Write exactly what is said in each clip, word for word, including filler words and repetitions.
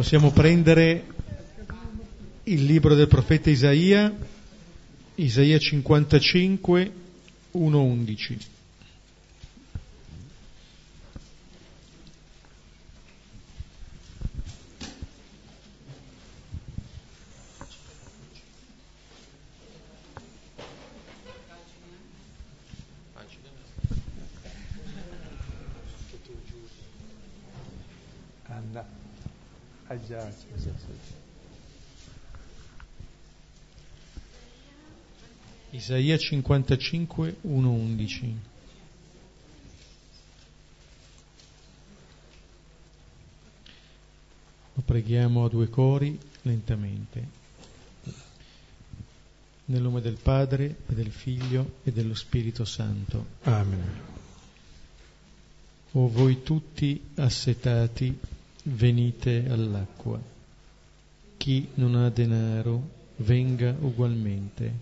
Possiamo prendere il libro del profeta Isaia, Isaia cinquantacinque, uno undici. Anna. Ah, già, sì, sì, sì. Isaia cinquantacinque, uno undici. Lo preghiamo a due cori lentamente. Nel nome del Padre e del Figlio e dello Spirito Santo. Amen. O voi tutti assetati, venite all'acqua. Chi non ha denaro, venga ugualmente.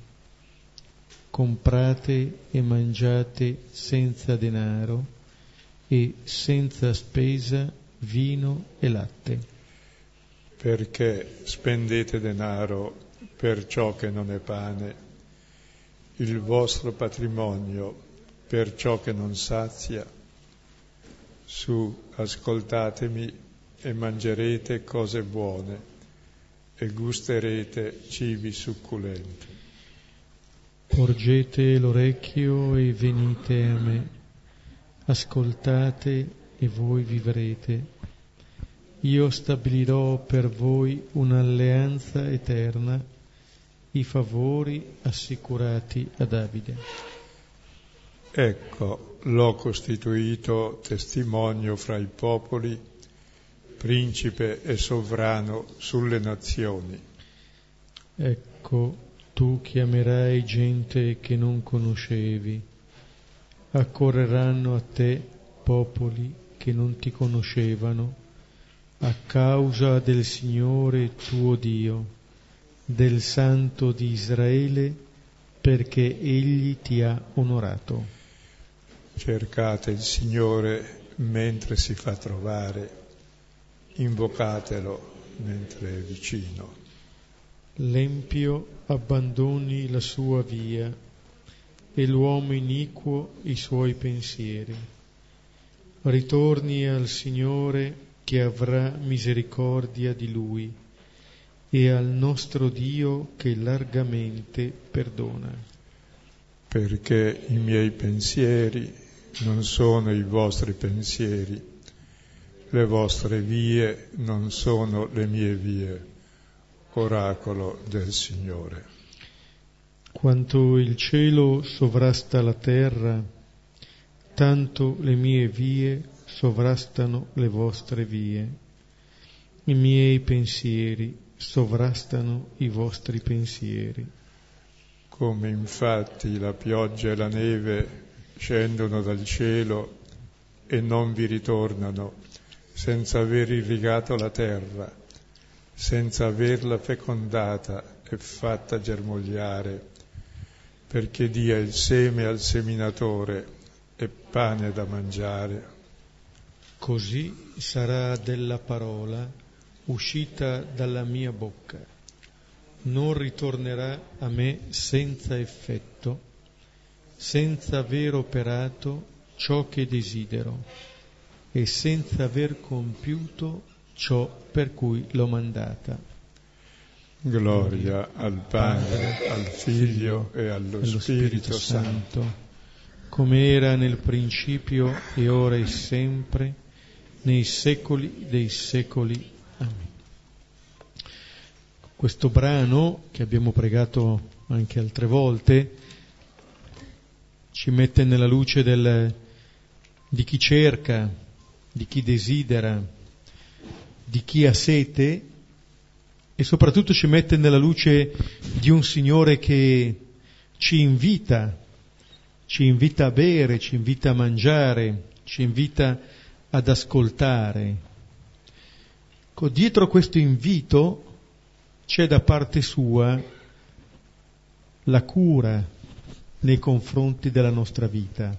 Comprate e mangiate senza denaro e senza spesa vino e latte. Perché spendete denaro per ciò che non è pane, il vostro patrimonio per ciò che non sazia? Su, ascoltatemi e mangerete cose buone e gusterete cibi succulenti. Porgete l'orecchio e venite a me, ascoltate e voi vivrete. Io stabilirò per voi un'alleanza eterna, i favori assicurati a Davide. Ecco, l'ho costituito testimonio fra i popoli, principe e sovrano sulle nazioni. Ecco, tu chiamerai gente che non conoscevi, accorreranno a te popoli che non ti conoscevano, a causa del Signore tuo Dio, del Santo di Israele, perché Egli ti ha onorato. Cercate il Signore mentre si fa trovare, invocatelo mentre è vicino. L'empio abbandoni la sua via e l'uomo iniquo i suoi pensieri. Ritorni al Signore che avrà misericordia di lui e al nostro Dio che largamente perdona. Perché i miei pensieri non sono i vostri pensieri, le vostre vie non sono le mie vie, oracolo del Signore. Quanto il cielo sovrasta la terra, tanto le mie vie sovrastano le vostre vie. I miei pensieri sovrastano i vostri pensieri. Come infatti la pioggia e la neve scendono dal cielo e non vi ritornano, senza aver irrigato la terra, senza averla fecondata e fatta germogliare, perché dia il seme al seminatore e pane da mangiare. Così sarà della parola uscita dalla mia bocca. Non ritornerà a me senza effetto, senza aver operato ciò che desidero e senza aver compiuto ciò per cui l'ho mandata. Gloria al Padre, al Figlio e allo, allo Spirito, Spirito Santo, Santo, come era nel principio e ora e sempre, nei secoli dei secoli. Amen. Questo brano, che abbiamo pregato anche altre volte, ci mette nella luce del, di chi cerca, di chi desidera, di chi ha sete, e soprattutto ci mette nella luce di un Signore che ci invita, ci invita a bere, ci invita a mangiare, ci invita ad ascoltare. Ecco, dietro questo invito c'è da parte sua la cura nei confronti della nostra vita.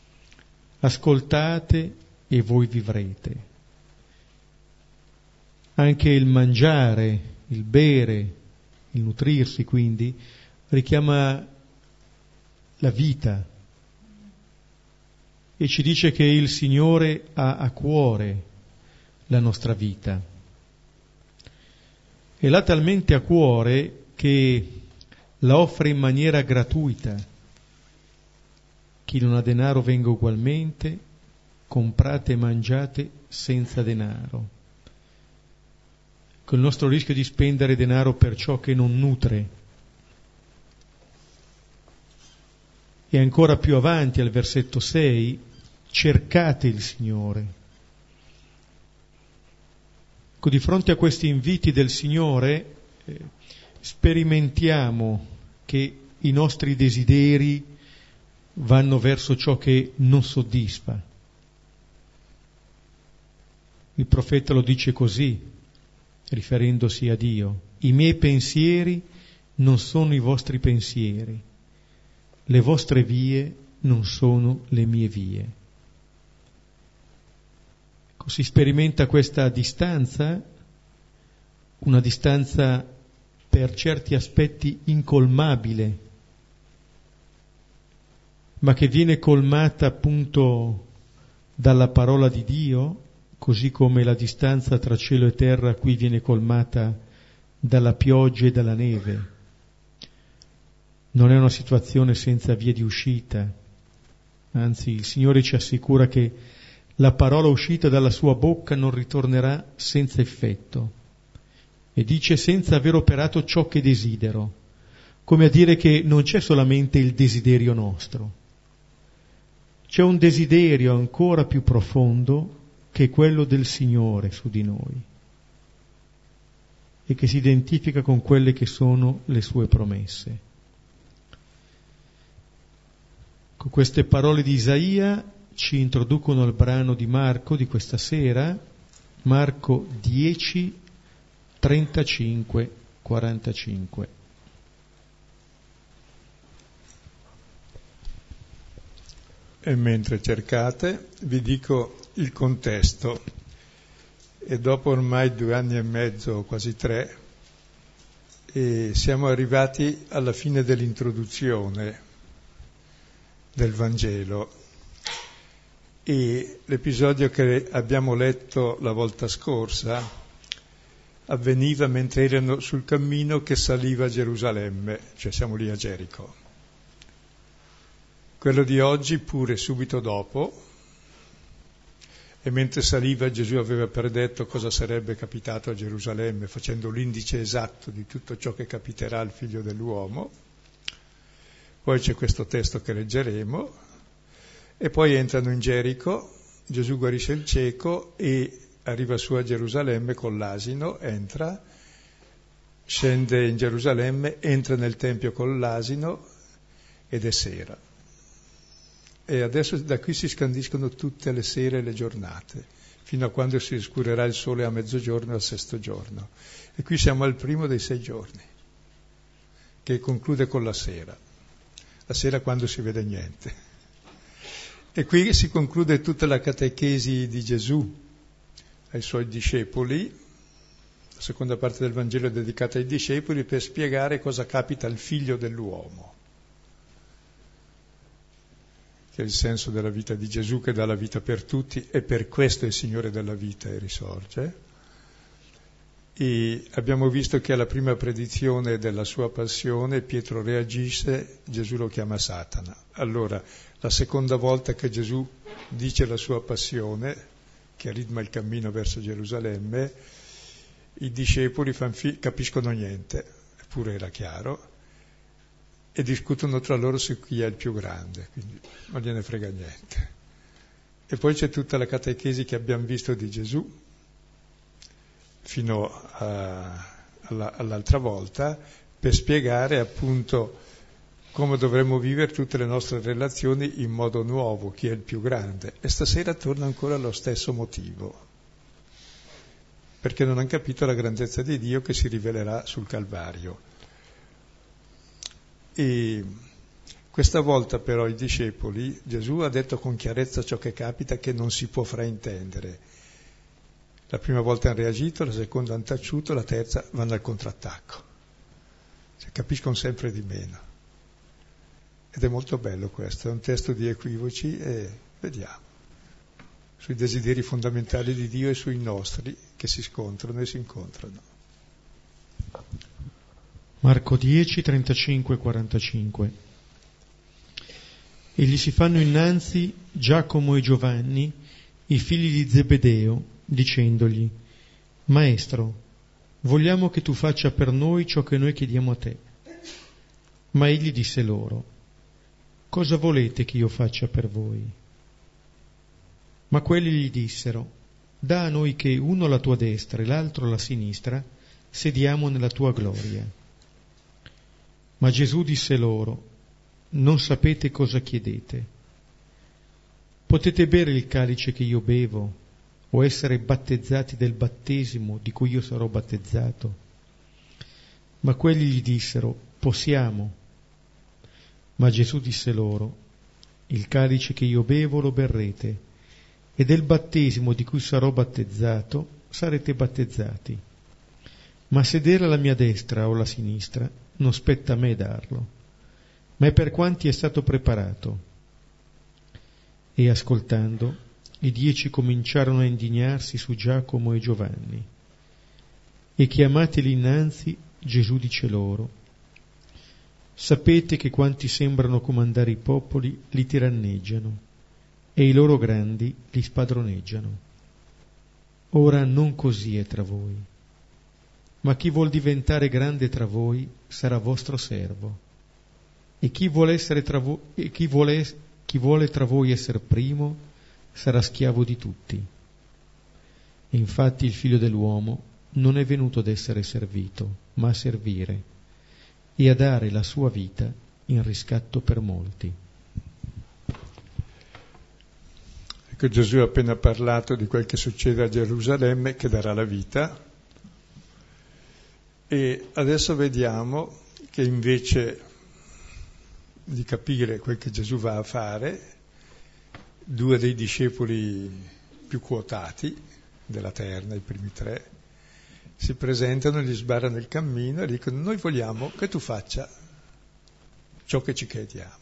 Ascoltate e voi vivrete. Anche il mangiare, il bere, il nutrirsi quindi, richiama la vita e ci dice che il Signore ha a cuore la nostra vita. E l'ha talmente a cuore che la offre in maniera gratuita. Chi non ha denaro venga ugualmente, comprate e mangiate senza denaro. Con il nostro rischio di spendere denaro per ciò che non nutre. E ancora più avanti al versetto sei, cercate il Signore. Ecco, di fronte a questi inviti del Signore eh, sperimentiamo che i nostri desideri vanno verso ciò che non soddisfa. Il profeta lo dice così, riferendosi a Dio: i miei pensieri non sono i vostri pensieri, le vostre vie non sono le mie vie. Si sperimenta questa distanza, una distanza per certi aspetti incolmabile, ma che viene colmata appunto dalla parola di Dio, così come la distanza tra cielo e terra qui viene colmata dalla pioggia e dalla neve. Non è una situazione senza vie di uscita, anzi il Signore ci assicura che la parola uscita dalla sua bocca non ritornerà senza effetto, e dice senza aver operato ciò che desidero, come a dire che non c'è solamente il desiderio nostro, c'è un desiderio ancora più profondo che è quello del Signore su di noi e che si identifica con quelle che sono le sue promesse. Con queste parole di Isaia ci introducono al brano di Marco di questa sera, Marco dieci, trentacinque, quarantacinque. E mentre cercate, vi dico il contesto. E dopo ormai due anni e mezzo, quasi tre, e siamo arrivati alla fine dell'introduzione del Vangelo. E l'episodio che abbiamo letto la volta scorsa avveniva mentre erano sul cammino che saliva a Gerusalemme, cioè siamo lì a Gerico. Quello di oggi pure subito dopo, e mentre saliva Gesù aveva predetto cosa sarebbe capitato a Gerusalemme, facendo l'indice esatto di tutto ciò che capiterà al Figlio dell'uomo. Poi c'è questo testo che leggeremo, e poi entrano in Gerico, Gesù guarisce il cieco e arriva su a Gerusalemme con l'asino, entra, scende in Gerusalemme, entra nel Tempio con l'asino ed è sera. E adesso da qui si scandiscono tutte le sere e le giornate, fino a quando si oscurerà il sole a mezzogiorno e al sesto giorno. E qui siamo al primo dei sei giorni, che conclude con la sera, la sera quando si vede niente. E qui si conclude tutta la catechesi di Gesù ai suoi discepoli. La seconda parte del Vangelo è dedicata ai discepoli per spiegare cosa capita al Figlio dell'uomo, che è il senso della vita di Gesù, che dà la vita per tutti, e per questo è il Signore della vita e risorge. E abbiamo visto che alla prima predizione della sua passione Pietro reagisce, Gesù lo chiama Satana. Allora, la seconda volta che Gesù dice la sua passione, che ritma il cammino verso Gerusalemme, i discepoli fan fi- capiscono niente, eppure era chiaro, e discutono tra loro su chi è il più grande, quindi non gliene frega niente. E poi c'è tutta la catechesi che abbiamo visto di Gesù fino a, alla, all'altra volta, per spiegare appunto come dovremmo vivere tutte le nostre relazioni in modo nuovo, chi è il più grande. E stasera torna ancora allo stesso motivo, perché non hanno capito la grandezza di Dio che si rivelerà sul Calvario. E questa volta però i discepoli, Gesù ha detto con chiarezza ciò che capita, che non si può fraintendere. La prima volta hanno reagito, la seconda hanno taciuto, la terza vanno al contrattacco. Cioè, capiscono sempre di meno. Ed è molto bello questo, è un testo di equivoci e vediamo. Sui desideri fondamentali di Dio e sui nostri che si scontrano e si incontrano. Marco dieci, trentacinque e quarantacinque. E gli si fanno innanzi Giacomo e Giovanni, i figli di Zebedeo, dicendogli: Maestro, vogliamo che tu faccia per noi ciò che noi chiediamo a te. Ma egli disse loro: Cosa volete che io faccia per voi? Ma quelli gli dissero: Da a noi che uno alla tua destra e l'altro alla sinistra sediamo nella tua gloria. Ma Gesù disse loro: Non sapete cosa chiedete. Potete bere il calice che io bevo, o essere battezzati del battesimo di cui io sarò battezzato? Ma quelli gli dissero: Possiamo. Ma Gesù disse loro: Il calice che io bevo lo berrete, e del battesimo di cui sarò battezzato sarete battezzati. Ma sedere alla mia destra o alla sinistra non spetta a me darlo, ma è per quanti è stato preparato. E ascoltando, i dieci cominciarono a indignarsi su Giacomo e Giovanni. E chiamateli innanzi, Gesù dice loro: Sapete che quanti sembrano comandare i popoli li tiranneggiano, e i loro grandi li spadroneggiano. Ora non così è tra voi, ma chi vuol diventare grande tra voi sarà vostro servo, e chi vuole essere tra voi, e chi vuole, chi vuole tra voi essere primo sarà schiavo di tutti. E infatti il Figlio dell'uomo non è venuto ad essere servito, ma a servire e a dare la sua vita in riscatto per molti. Ecco, Gesù ha appena parlato di quel che succede a Gerusalemme, che darà la vita, e adesso vediamo che invece di capire quel che Gesù va a fare, due dei discepoli più quotati della terna, i primi tre, si presentano, gli sbarrano il cammino e dicono: Noi vogliamo che tu faccia ciò che ci chiediamo.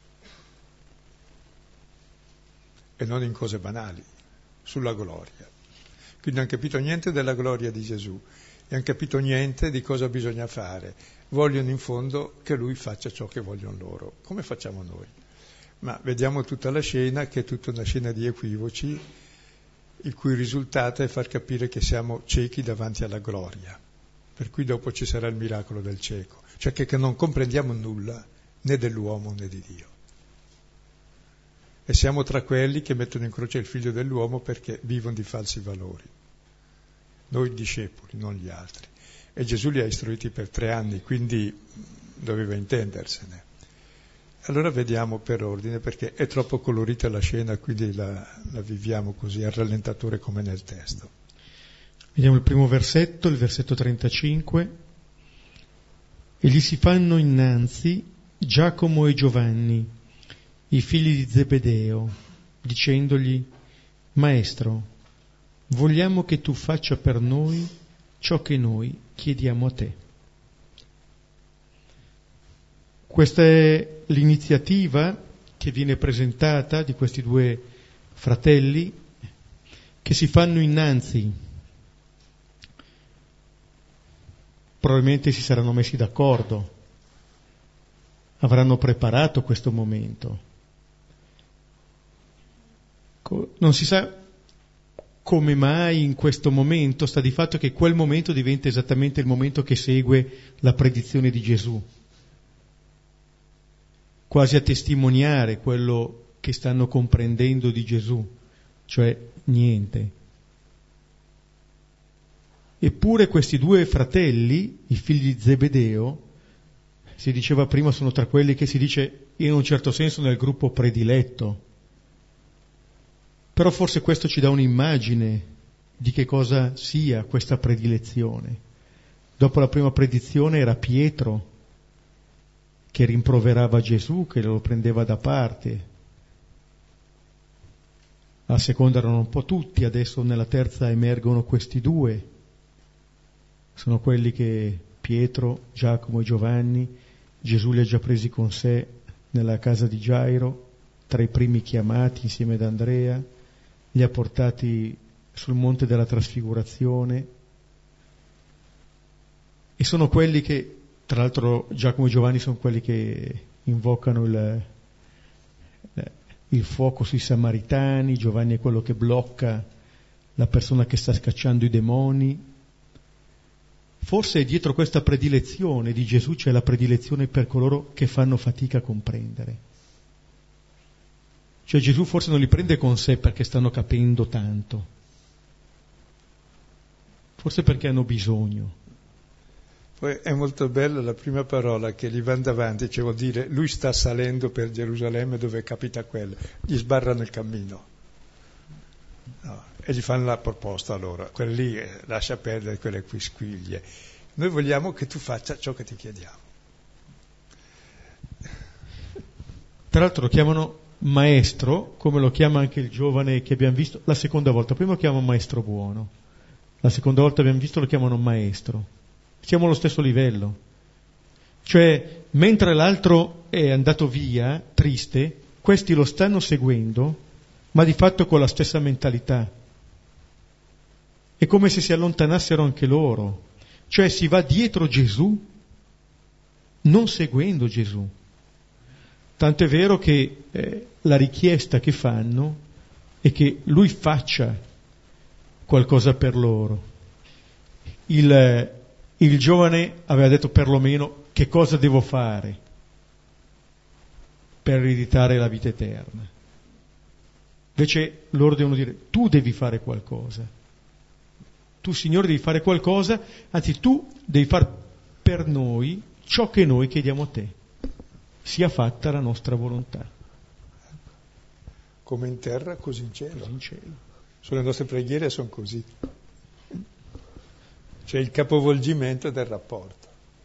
E non in cose banali, sulla gloria. Quindi non hanno capito niente della gloria di Gesù e hanno capito niente di cosa bisogna fare. Vogliono in fondo che lui faccia ciò che vogliono loro, come facciamo noi. Ma vediamo tutta la scena, che è tutta una scena di equivoci, il cui risultato è far capire che siamo ciechi davanti alla gloria, per cui dopo ci sarà il miracolo del cieco, cioè che, che non comprendiamo nulla né dell'uomo né di Dio. E siamo tra quelli che mettono in croce il Figlio dell'uomo perché vivono di falsi valori. Noi discepoli, non gli altri. E Gesù li ha istruiti per tre anni, quindi doveva intendersene. Allora vediamo per ordine, perché è troppo colorita la scena, quindi la, la viviamo così, al rallentatore come nel testo. Vediamo il primo versetto, il versetto trentacinque. E gli si fanno innanzi Giacomo e Giovanni, i figli di Zebedeo, dicendogli: Maestro, vogliamo che tu faccia per noi ciò che noi chiediamo a te. Questa è l'iniziativa che viene presentata di questi due fratelli che si fanno innanzi. Probabilmente si saranno messi d'accordo, avranno preparato questo momento. Non si sa come mai in questo momento, sta di fatto che quel momento diventa esattamente il momento che segue la predizione di Gesù, quasi a testimoniare quello che stanno comprendendo di Gesù, cioè niente. Eppure questi due fratelli, i figli di Zebedeo, si diceva prima, sono tra quelli che si dice in un certo senso nel gruppo prediletto. Però forse questo ci dà un'immagine di che cosa sia questa predilezione. Dopo la prima predizione era Pietro che rimproverava Gesù, che lo prendeva da parte. alla seconda erano un po' tutti, adesso nella terza emergono questi due. Sono quelli che Pietro, Giacomo e Giovanni, Gesù li ha già presi con sé nella casa di Gairo, tra i primi chiamati insieme ad Andrea, li ha portati sul monte della trasfigurazione, e sono quelli che, tra l'altro Giacomo e Giovanni sono quelli che invocano il, il fuoco sui Samaritani, Giovanni è quello che blocca la persona che sta scacciando i demoni. Forse dietro questa predilezione di Gesù c'è la predilezione per coloro che fanno fatica a comprendere. Cioè Gesù forse non li prende con sé perché stanno capendo tanto, forse perché hanno bisogno. Poi è molto bella la prima parola che gli vanno davanti, cioè vuol dire lui sta salendo per Gerusalemme dove capita quello, gli sbarrano il cammino. No, e gli fanno la proposta allora, quelle lì eh, lascia perdere quelle quisquiglie. Noi vogliamo che tu faccia ciò che ti chiediamo. Tra l'altro lo chiamano maestro, come lo chiama anche il giovane che abbiamo visto la seconda volta. Prima lo chiamano maestro buono, la seconda volta abbiamo visto lo chiamano maestro. Siamo allo stesso livello. Cioè, mentre l'altro è andato via, triste, questi lo stanno seguendo, ma di fatto con la stessa mentalità. È come se si allontanassero anche loro. Cioè si va dietro Gesù, non seguendo Gesù. Tanto è vero che eh, la richiesta che fanno è che lui faccia qualcosa per loro. Il, il giovane aveva detto perlomeno che cosa devo fare per ereditare la vita eterna. Invece loro devono dire tu devi fare qualcosa. Tu, Signore, devi fare qualcosa, anzi tu devi fare per noi ciò che noi chiediamo a te. Sia fatta la nostra volontà. Come in terra, così in cielo. Così in cielo. Sulle nostre preghiere sono così. C'è il capovolgimento del rapporto.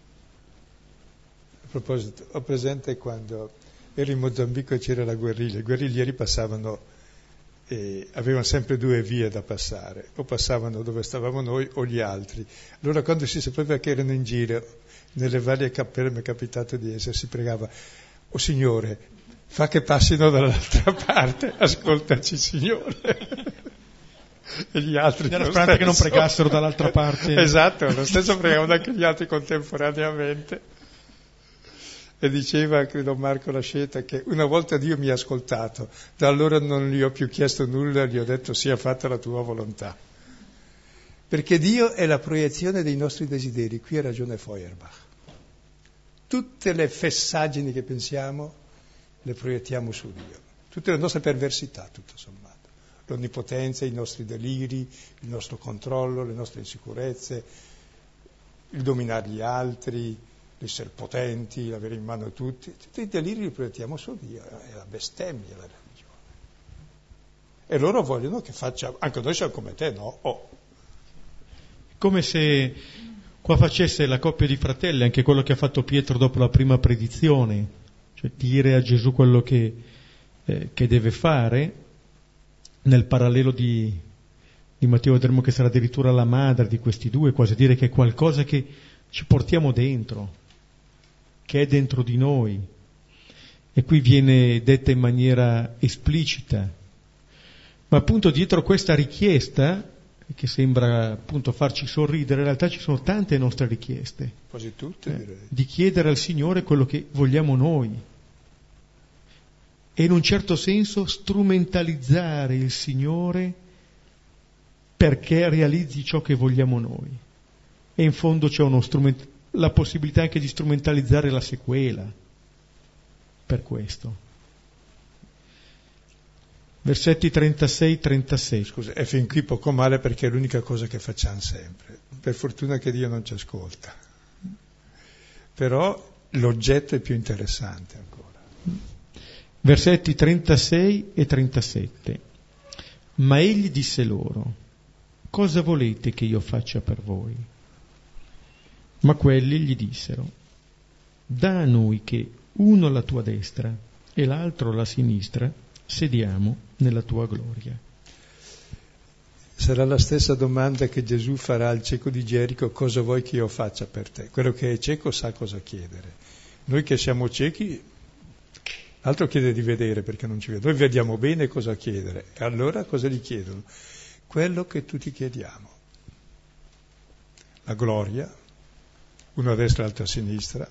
A proposito, ho presente quando ero in Mozambico e c'era la guerriglia. I guerriglieri passavano e avevano sempre due vie da passare, o passavano dove stavamo noi o gli altri. Allora quando si sapeva che erano in giro, nelle varie cappelle mi è capitato di essere, si pregava: "Oh Signore, fa che passino dall'altra parte, ascoltaci Signore." E gli altri era speranza che non pregassero dall'altra parte. Esatto, lo stesso pregavano anche gli altri contemporaneamente. E diceva, credo Marco Lasceta, che una volta Dio mi ha ascoltato, da allora non gli ho più chiesto nulla, gli ho detto sia fatta la tua volontà. Perché Dio è la proiezione dei nostri desideri, qui ha ragione Feuerbach. Tutte le fessaggini che pensiamo le proiettiamo su Dio, tutte le nostre perversità, tutto sommato. L'onnipotenza, i nostri deliri, il nostro controllo, le nostre insicurezze, il dominare gli altri, l'essere potenti, l'avere in mano tutti, tutti i deliri li proiettiamo su Dio, è la bestemmia la religione. E loro vogliono che faccia, anche noi siamo come te, no? Oh. Come se qua facesse la coppia di fratelli, anche quello che ha fatto Pietro dopo la prima predizione, cioè dire a Gesù quello che, eh, che deve fare. Nel parallelo di, di Matteo vedremo che sarà addirittura la madre di questi due, quasi a dire che è qualcosa che ci portiamo dentro, che è dentro di noi. E qui viene detta in maniera esplicita. Ma appunto dietro questa richiesta, che sembra appunto farci sorridere, in realtà ci sono tante nostre richieste. Quasi tutte, eh, direi. Di chiedere al Signore quello che vogliamo noi. E in un certo senso strumentalizzare il Signore perché realizzi ciò che vogliamo noi. E in fondo c'è uno strument- la possibilità anche di strumentalizzare la sequela per questo. Versetti trentasei trentasei. Scusa, è fin qui poco male perché è l'unica cosa che facciamo sempre. Per fortuna che Dio non ci ascolta. Però l'oggetto è più interessante ancora. Versetti trentasei e trentasette. Ma egli disse loro: cosa volete che io faccia per voi? Ma quelli gli dissero: da a noi che uno alla tua destra e l'altro alla sinistra sediamo nella tua gloria. Sarà la stessa domanda che Gesù farà al cieco di Gerico: cosa vuoi che io faccia per te? Quello che è cieco sa cosa chiedere. Noi che siamo ciechi, l'altro chiede di vedere perché non ci vede. Noi vediamo bene cosa chiedere. E allora cosa gli chiedono? Quello che tutti chiediamo. La gloria, uno a destra e l'altro a sinistra.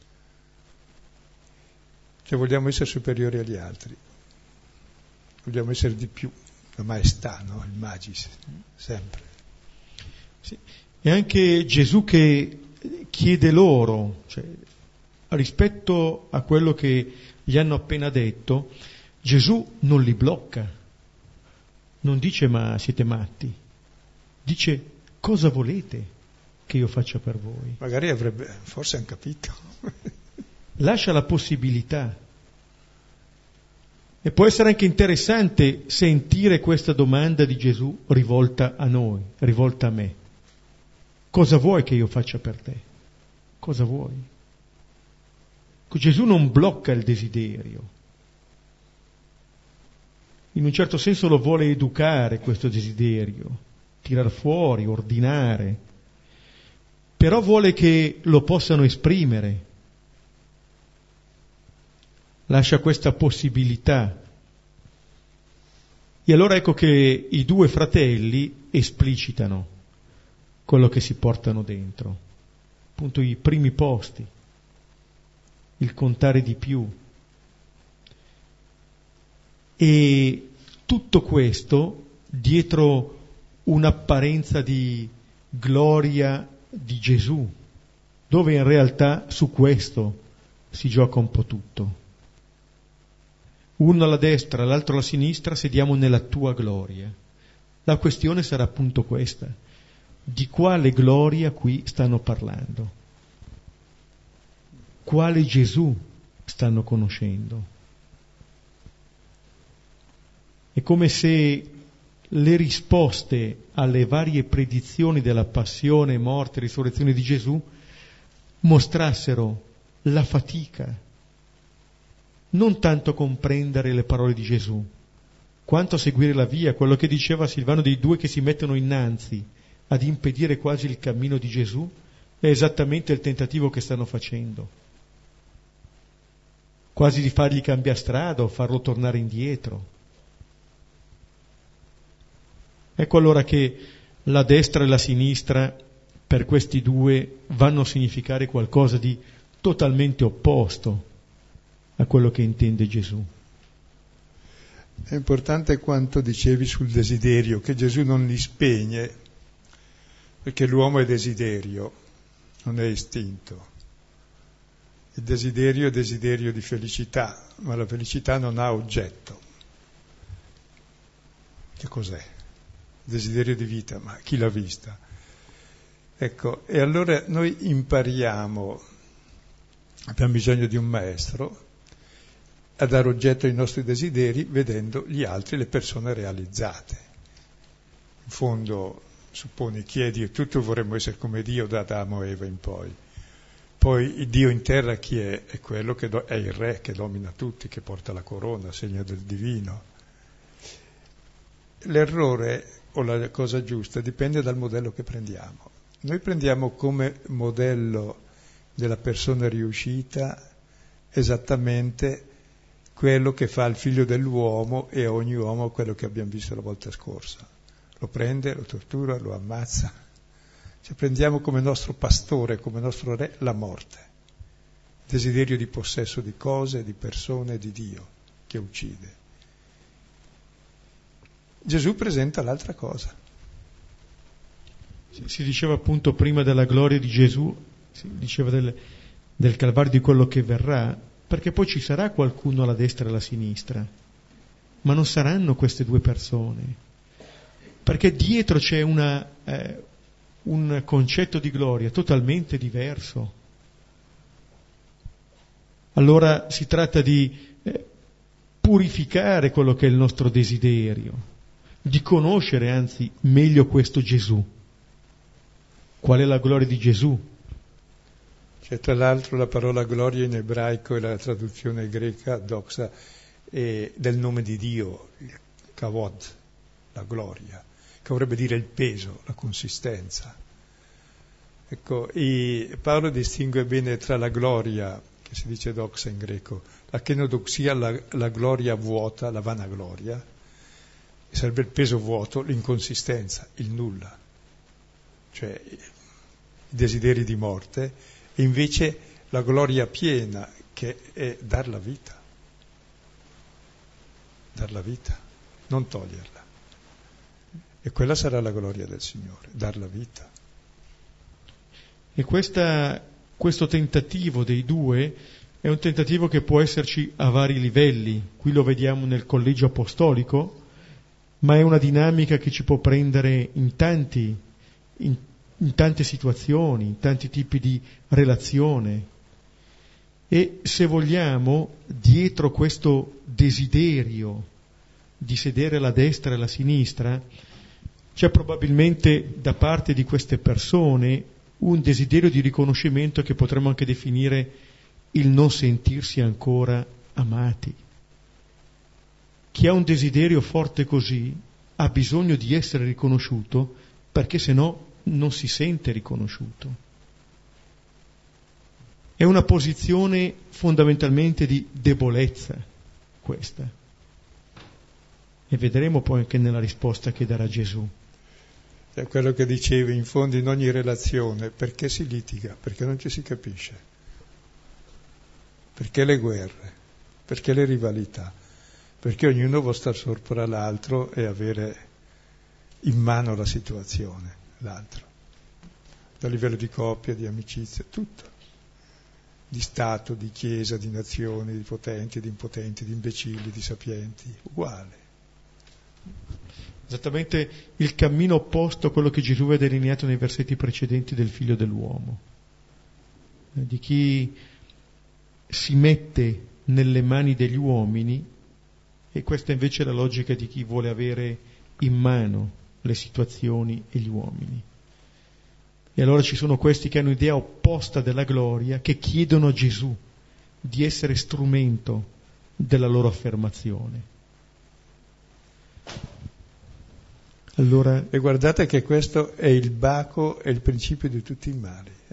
Cioè vogliamo essere superiori agli altri. Vogliamo essere di più. La maestà, no? Il magis, sempre. Sì. E anche Gesù che chiede loro, cioè, rispetto a quello che gli hanno appena detto, Gesù non li blocca, non dice ma siete matti, dice cosa volete che io faccia per voi. Magari avrebbe, forse hanno capito. Lascia la possibilità. E può essere anche interessante sentire questa domanda di Gesù rivolta a noi, rivolta a me. Cosa vuoi che io faccia per te? Cosa vuoi? Gesù non blocca il desiderio. In un certo senso lo vuole educare questo desiderio, tirar fuori, ordinare. Però vuole che lo possano esprimere. Lascia questa possibilità. E allora ecco che i due fratelli esplicitano quello che si portano dentro, appunto i primi posti, il contare di più. E tutto questo dietro un'apparenza di gloria di Gesù, dove in realtà su questo si gioca un po' tutto. Uno alla destra, l'altro alla sinistra, sediamo nella tua gloria. La questione sarà appunto questa: di quale gloria qui stanno parlando? Quale Gesù stanno conoscendo? È come se le risposte alle varie predizioni della passione, morte e risurrezione di Gesù mostrassero la fatica, non tanto comprendere le parole di Gesù, quanto seguire la via, quello che diceva Silvano dei due che si mettono innanzi ad impedire quasi il cammino di Gesù, è esattamente il tentativo che stanno facendo, quasi di fargli cambiare strada o farlo tornare indietro. Ecco allora che la destra e la sinistra per questi due vanno a significare qualcosa di totalmente opposto a quello che intende Gesù. È importante quanto dicevi sul desiderio, che Gesù non li spegne, perché l'uomo è desiderio, non è istinto. Il desiderio è desiderio di felicità, ma la felicità non ha oggetto. Che cos'è? Desiderio di vita, ma chi l'ha vista? Ecco, e allora noi impariamo, abbiamo bisogno di un maestro, a dare oggetto ai nostri desideri vedendo gli altri, le persone realizzate. In fondo, supponi, chiedi e tutto, vorremmo essere come Dio da Adamo e Eva in poi. Poi il Dio in terra chi è? È quello che do- è il re che domina tutti, che porta la corona, segno del divino. L'errore o la cosa giusta dipende dal modello che prendiamo. Noi prendiamo come modello della persona riuscita esattamente quello che fa il figlio dell'uomo e a ogni uomo quello che abbiamo visto la volta scorsa. Lo prende, lo tortura, lo ammazza. Cioè prendiamo come nostro pastore, come nostro re, la morte. Desiderio di possesso di cose, di persone, di Dio, che uccide. Gesù presenta l'altra cosa. Si diceva appunto prima della gloria di Gesù, si diceva del, del Calvario, di quello che verrà, perché poi ci sarà qualcuno alla destra e alla sinistra, ma non saranno queste due persone, perché dietro c'è una, eh, un concetto di gloria totalmente diverso. Allora si tratta di eh, purificare quello che è il nostro desiderio, di conoscere anzi meglio questo Gesù. Qual è la gloria di Gesù? C'è tra l'altro la parola gloria in ebraico e la traduzione greca, doxa, è del nome di Dio, il kavod, la gloria. che vorrebbe dire il peso, la consistenza. Ecco, e Paolo distingue bene tra la gloria, che si dice doxa in greco, la kenodoxia, la, la gloria vuota, la vanagloria, che sarebbe il peso vuoto, l'inconsistenza, il nulla, cioè i desideri di morte, e invece la gloria piena, che è dar la vita, dar la vita, non toglierla. E quella sarà la gloria del Signore, dar la vita. E questa, questo tentativo dei due è un tentativo che può esserci a vari livelli. Qui lo vediamo nel collegio apostolico, ma è una dinamica che ci può prendere in tanti, in, in tante situazioni, in tanti tipi di relazione. E se vogliamo, dietro questo desiderio di sedere alla destra e alla sinistra, c'è probabilmente da parte di queste persone un desiderio di riconoscimento che potremmo anche definire il non sentirsi ancora amati. Chi ha un desiderio forte così ha bisogno di essere riconosciuto, perché se no non si sente riconosciuto. È una posizione fondamentalmente di debolezza questa. E vedremo poi anche nella risposta che darà Gesù. È quello che dicevi, in fondo in ogni relazione, perché si litiga? Perché non ci si capisce. Perché le guerre? Perché le rivalità? Perché ognuno vuole star sopra l'altro e avere in mano la situazione, l'altro. A livello di coppia, di amicizia, tutto. Di Stato, di Chiesa, di nazioni, di potenti, di impotenti, di imbecilli, di sapienti, uguale. Esattamente il cammino opposto a quello che Gesù ha delineato nei versetti precedenti del Figlio dell'uomo, di chi si mette nelle mani degli uomini, e questa invece è la logica di chi vuole avere in mano le situazioni e gli uomini. E allora ci sono questi che hanno idea opposta della gloria, che chiedono a Gesù di essere strumento della loro affermazione. Allora, e guardate che questo è il baco, è il principio di tutti i mali. Eh.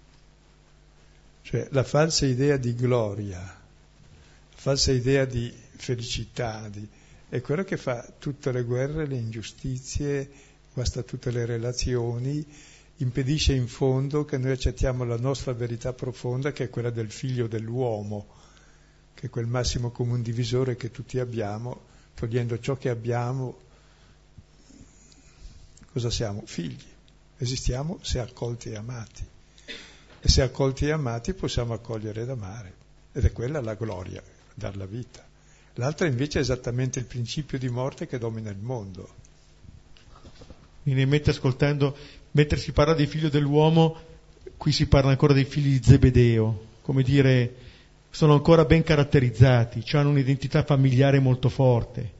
Cioè la falsa idea di gloria, la falsa idea di felicità, di, è quello che fa tutte le guerre, le ingiustizie, guasta tutte le relazioni, impedisce in fondo che noi accettiamo la nostra verità profonda, che è quella del figlio dell'uomo, che è quel massimo comune divisore che tutti abbiamo, togliendo ciò che abbiamo. Cosa siamo? Figli. Esistiamo se accolti e amati. E se accolti e amati possiamo accogliere ed amare. Ed è quella la gloria, dar la vita. L'altra invece è esattamente il principio di morte che domina il mondo. Mi ne mette ascoltando, mentre si parla dei figli dell'uomo, qui si parla ancora dei figli di Zebedeo, come dire, sono ancora ben caratterizzati, hanno un'identità familiare molto forte.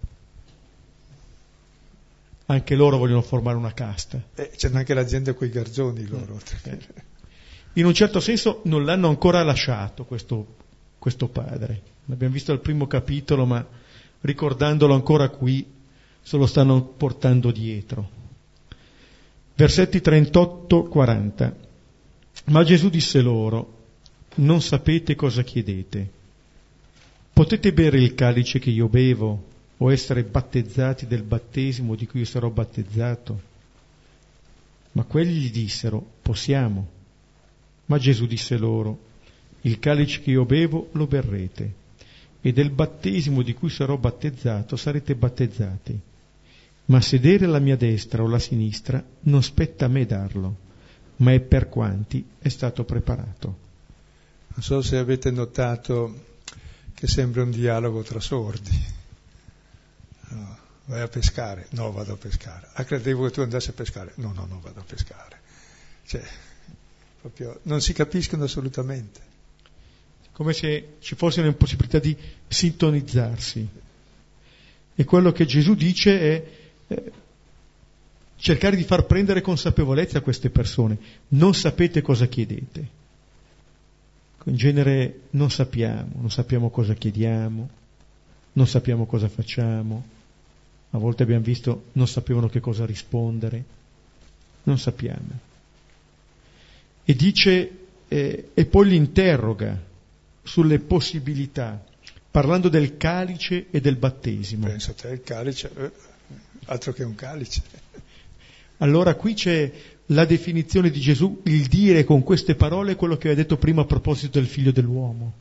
Anche loro vogliono formare una casta. Eh, c'è anche l'azienda con i garzoni loro. Eh. In un certo senso non l'hanno ancora lasciato questo, questo padre. L'abbiamo visto al primo capitolo, ma ricordandolo ancora qui se lo stanno portando dietro. Versetti trentotto quaranta. Ma Gesù disse loro: non sapete cosa chiedete. Potete bere il calice che io bevo, o essere battezzati del battesimo di cui io sarò battezzato? Ma quelli gli dissero: possiamo. Ma Gesù disse loro: il calice che io bevo lo berrete, e del battesimo di cui sarò battezzato sarete battezzati. Ma sedere alla mia destra o alla sinistra non spetta a me darlo, ma è per quanti è stato preparato. Non so se avete notato che sembra un dialogo tra sordi. No, vai a pescare? No, vado a pescare. Ah, credevo che tu andassi a pescare? No, no, no, vado a pescare. Cioè, proprio non si capiscono assolutamente. Come se ci fosse un'impossibilità di sintonizzarsi. E quello che Gesù dice è eh, cercare di far prendere consapevolezza a queste persone. Non sapete cosa chiedete. In genere non sappiamo, non sappiamo cosa chiediamo, non sappiamo cosa facciamo. A volte abbiamo visto, non sapevano che cosa rispondere, non sappiamo. E dice, eh, e poi li interroga sulle possibilità, parlando del calice e del battesimo. Pensa te, il calice, eh, altro che un calice. Allora qui c'è la definizione di Gesù, il dire con queste parole quello che aveva detto prima a proposito del figlio dell'uomo.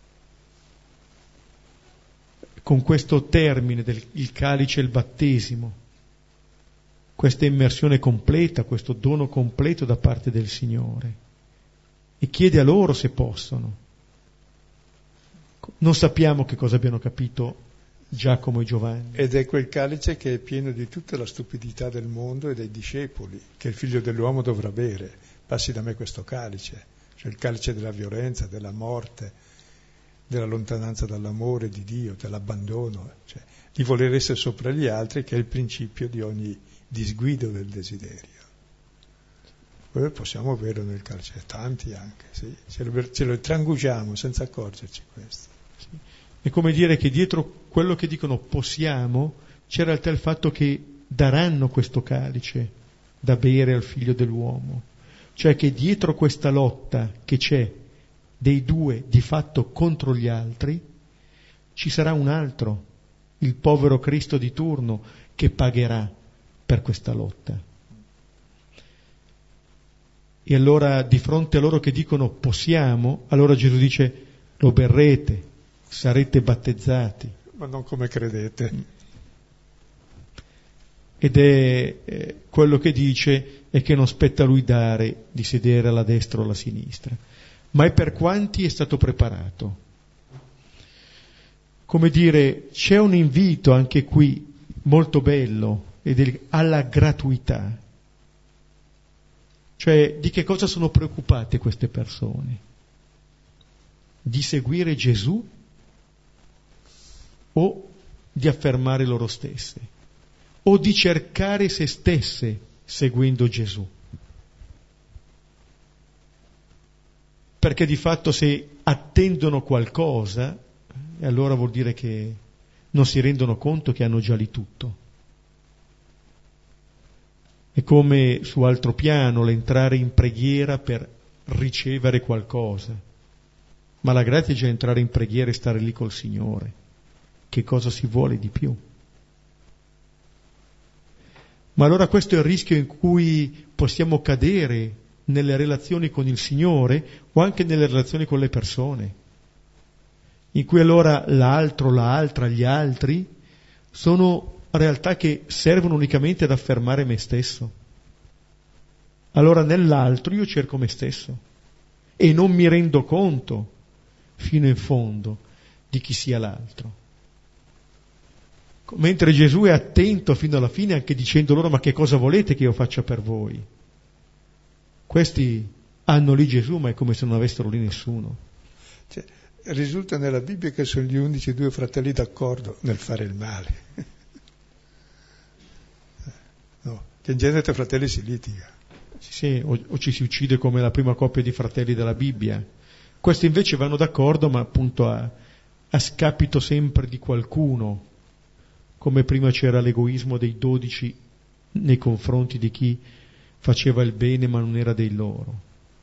Con questo termine del il calice e il battesimo, questa immersione completa, questo dono completo da parte del Signore, e chiede a loro se possono. Non sappiamo che cosa abbiano capito Giacomo e Giovanni. Ed è quel calice che è pieno di tutta la stupidità del mondo e dei discepoli, che il figlio dell'uomo dovrà bere. Passi da me questo calice, cioè il calice della violenza, della morte, della lontananza dall'amore di Dio, dell'abbandono, cioè di voler essere sopra gli altri, che è il principio di ogni disguido del desiderio. Poi possiamo berlo nel calice, tanti anche, sì. ce, lo, ce lo trangugiamo senza accorgerci questo. Sì. È come dire che dietro quello che dicono possiamo, c'è in realtà il fatto che daranno questo calice da bere al figlio dell'uomo, cioè che dietro questa lotta che c'è dei due di fatto contro gli altri, ci sarà un altro, il povero Cristo di turno, che pagherà per questa lotta. E allora di fronte a loro che dicono possiamo, allora Gesù dice lo berrete, sarete battezzati. Ma non come credete. Ed è eh, quello che dice è che non spetta a lui dare di sedere alla destra o alla sinistra, ma è per quanti è stato preparato. Come dire, c'è un invito anche qui molto bello ed è alla gratuità. Cioè, di che cosa sono preoccupate queste persone? Di seguire Gesù o di affermare loro stesse? O di cercare se stesse seguendo Gesù? Perché di fatto se attendono qualcosa, allora vuol dire che non si rendono conto che hanno già lì tutto. È come su altro piano l'entrare in preghiera per ricevere qualcosa, ma la grazia è già entrare in preghiera e stare lì col Signore. Che cosa si vuole di più? Ma allora questo è il rischio in cui possiamo cadere nelle relazioni con il Signore o anche nelle relazioni con le persone, in cui allora l'altro, l'altra, gli altri sono realtà che servono unicamente ad affermare me stesso. Allora nell'altro io cerco me stesso e non mi rendo conto fino in fondo di chi sia l'altro. Mentre Gesù è attento fino alla fine anche dicendo loro: ma che cosa volete che io faccia per voi? Questi hanno lì Gesù, ma è come se non avessero lì nessuno. Cioè, risulta nella Bibbia che sono gli unici due fratelli d'accordo nel fare il male. No, che in genere tra fratelli si litiga. Sì, sì, o, o ci si uccide come la prima coppia di fratelli della Bibbia. Questi invece vanno d'accordo, ma appunto a, a scapito sempre di qualcuno, come prima c'era l'egoismo dei dodici nei confronti di chi faceva il bene ma non era dei loro.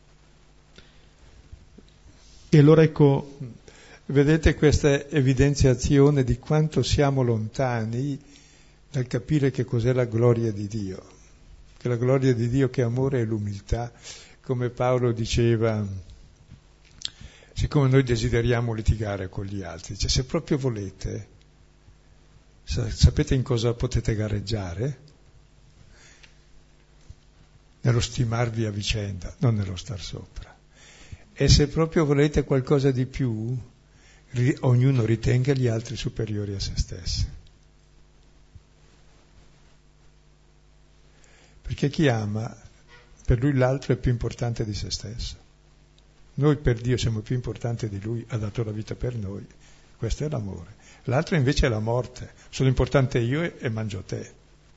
E allora ecco, vedete questa evidenziazione di quanto siamo lontani dal capire che cos'è la gloria di Dio, che la gloria di Dio che amore è l'umiltà, come Paolo diceva, siccome noi desideriamo litigare con gli altri, cioè se proprio volete, sapete in cosa potete gareggiare? Nello stimarvi a vicenda, non nello star sopra. E se proprio volete qualcosa di più, ri- ognuno ritenga gli altri superiori a se stessi. Perché chi ama, per lui l'altro è più importante di se stesso. Noi per Dio siamo più importanti di Lui, ha dato la vita per noi. Questo è l'amore. L'altro invece è la morte. Sono importante io e, e mangio te.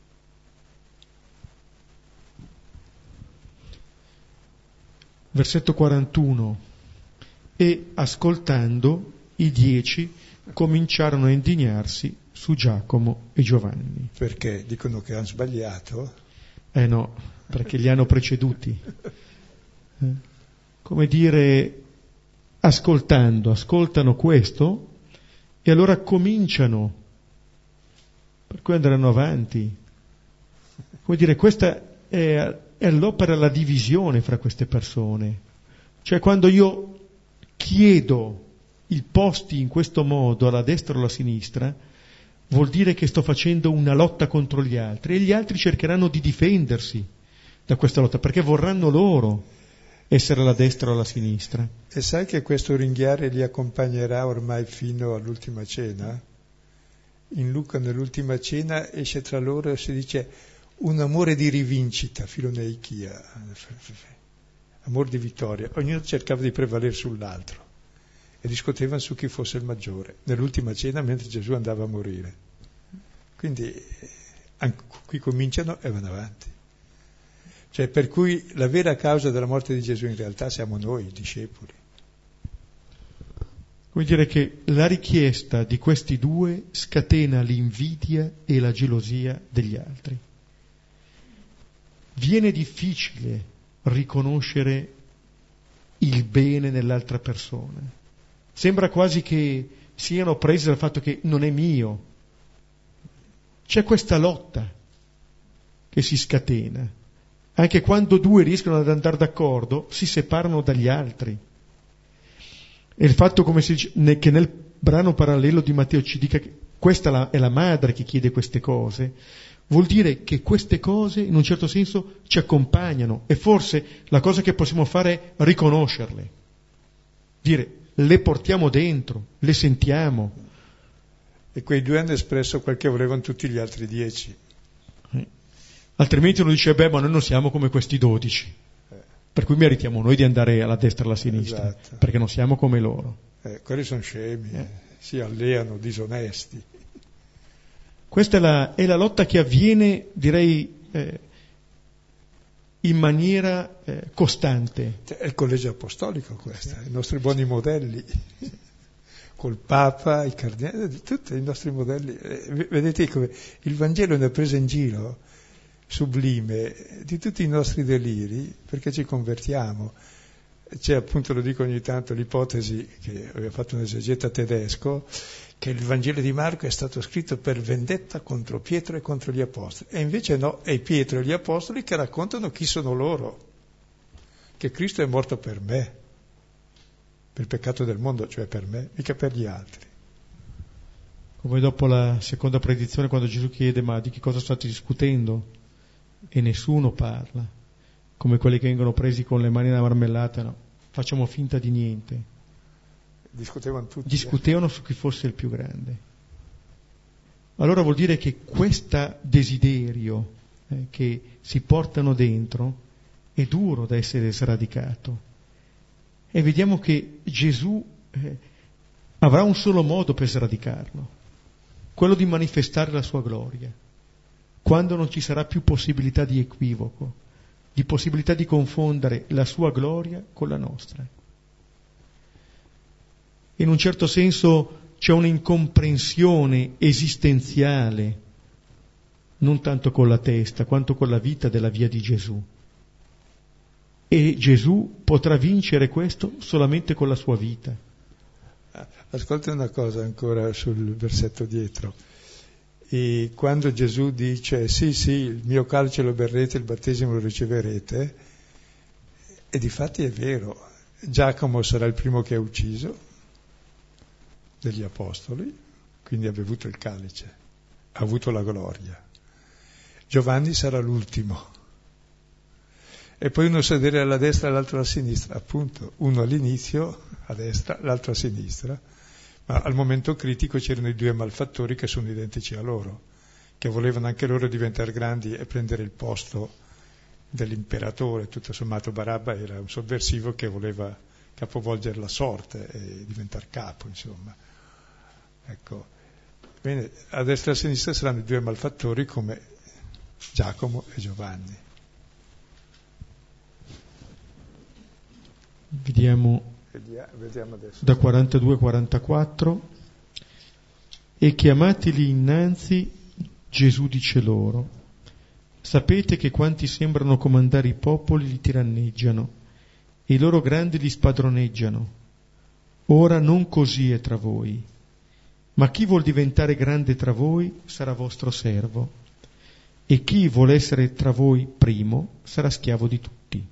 Versetto quarantuno. E ascoltando, i dieci cominciarono a indignarsi su Giacomo e Giovanni. Perché dicono che hanno sbagliato? Eh no, perché li hanno preceduti. Eh? Come dire, ascoltando, ascoltano questo e allora cominciano, per cui andranno avanti. Come dire, questa è, è l'opera, la divisione fra queste persone. Cioè quando io chiedo il posti in questo modo alla destra o alla sinistra, vuol dire che sto facendo una lotta contro gli altri e gli altri cercheranno di difendersi da questa lotta perché vorranno loro essere alla destra o alla sinistra. E sai che questo ringhiare li accompagnerà ormai fino all'ultima cena? In Luca nell'ultima cena esce tra loro e si dice un amore di rivincita, filoneichia, amor di vittoria. Ognuno cercava di prevalere sull'altro e discutevano su chi fosse il maggiore, nell'ultima cena mentre Gesù andava a morire. Quindi anche qui cominciano e vanno avanti. Cioè, per cui la vera causa della morte di Gesù in realtà siamo noi, i discepoli. Vuol dire che la richiesta di questi due scatena l'invidia e la gelosia degli altri. Viene difficile riconoscere il bene nell'altra persona. Sembra quasi che siano presi dal fatto che non è mio. C'è questa lotta che si scatena. Anche quando due riescono ad andare d'accordo, si separano dagli altri. E il fatto, come si dice, che nel brano parallelo di Matteo ci dica che questa è la madre che chiede queste cose, vuol dire che queste cose in un certo senso ci accompagnano e forse la cosa che possiamo fare è riconoscerle, dire le portiamo dentro, le sentiamo. E quei due hanno espresso quel che volevano tutti gli altri dieci. Eh. Altrimenti uno dice, beh, ma noi non siamo come questi dodici, eh. per cui meritiamo noi di andare alla destra e alla sinistra, esatto. Perché non siamo come loro. Eh, quelli sono scemi, eh. si alleano, disonesti. Questa è la, è la lotta che avviene, direi, eh, in maniera eh, costante. È il collegio apostolico questo, sì. I nostri buoni modelli, col Papa, i cardinali, tutti i nostri modelli. Eh, vedete come il Vangelo è una presa in giro sublime di tutti i nostri deliri, perché ci convertiamo. C'è appunto, lo dico ogni tanto, l'ipotesi che aveva fatto un esegeta tedesco, che il Vangelo di Marco è stato scritto per vendetta contro Pietro e contro gli apostoli, e invece no, è Pietro e gli apostoli che raccontano chi sono loro, che Cristo è morto per me, per il peccato del mondo, cioè per me, mica per gli altri. Come dopo la seconda predizione, quando Gesù chiede ma di che cosa state discutendo? E nessuno parla, come quelli che vengono presi con le mani nella marmellata, no, facciamo finta di niente. Discutevano tutti. Discutevano eh. su chi fosse il più grande. Allora vuol dire che questo desiderio eh, che si portano dentro è duro da essere sradicato. E vediamo che Gesù eh, avrà un solo modo per sradicarlo, quello di manifestare la sua gloria, quando non ci sarà più possibilità di equivoco, di possibilità di confondere la sua gloria con la nostra. In un certo senso c'è un'incomprensione esistenziale, non tanto con la testa, quanto con la vita della via di Gesù. E Gesù potrà vincere questo solamente con la sua vita. Ascolta una cosa ancora sul versetto dietro. E quando Gesù dice sì, sì, il mio calce lo berrete, il battesimo lo riceverete, e difatti è vero, Giacomo sarà il primo che è ucciso degli apostoli, quindi ha bevuto il calice, ha avuto la gloria. Giovanni sarà l'ultimo. E poi uno sedere alla destra e l'altro alla sinistra, appunto, uno all'inizio a destra, l'altro a sinistra, ma al momento critico c'erano i due malfattori che sono identici a loro, che volevano anche loro diventare grandi e prendere il posto dell'imperatore. Tutto sommato Barabba era un sovversivo che voleva capovolgere la sorte e diventare capo, insomma. Ecco, bene, a destra e a sinistra saranno i due malfattori come Giacomo e Giovanni. Vediamo, Vediamo adesso. Da quarantadue a quarantaquattro. E chiamatili innanzi, Gesù dice loro: sapete che quanti sembrano comandare i popoli li tiranneggiano, e i loro grandi li spadroneggiano. Ora non così è tra voi, ma chi vuol diventare grande tra voi sarà vostro servo, e chi vuol essere tra voi primo sarà schiavo di tutti.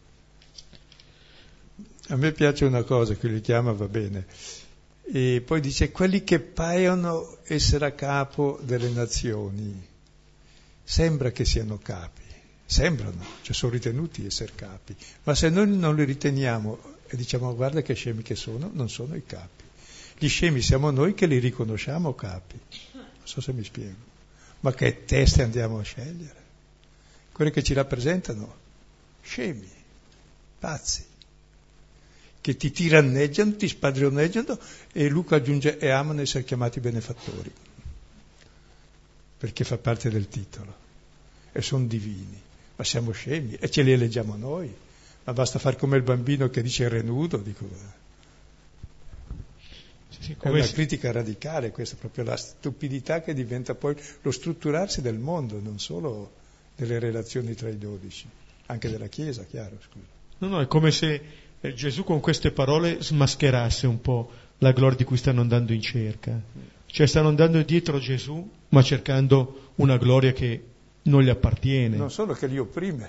A me piace una cosa, che li chiama, va bene, e poi dice quelli che paiono essere a capo delle nazioni. Sembra che siano capi, sembrano, cioè sono ritenuti essere capi, ma se noi non li riteniamo e diciamo guarda che scemi che sono, non sono i capi. Gli scemi siamo noi che li riconosciamo capi, non so se mi spiego, ma che teste andiamo a scegliere? Quelli che ci rappresentano, scemi, pazzi, che ti tiranneggiano, ti spadroneggiano, e Luca aggiunge e amano essere chiamati benefattori, perché fa parte del titolo, e sono divini, ma siamo scemi e ce li eleggiamo noi, ma basta fare come il bambino che dice renudo, dico, sì, sì, come è una si... critica radicale questa, proprio la stupidità che diventa poi lo strutturarsi del mondo, non solo delle relazioni tra i dodici, anche della Chiesa, chiaro, scusa. No, no, è come se eh, Gesù con queste parole smascherasse un po' la gloria di cui stanno andando in cerca. Cioè stanno andando dietro Gesù, ma cercando una gloria che non gli appartiene. Non solo che li opprime.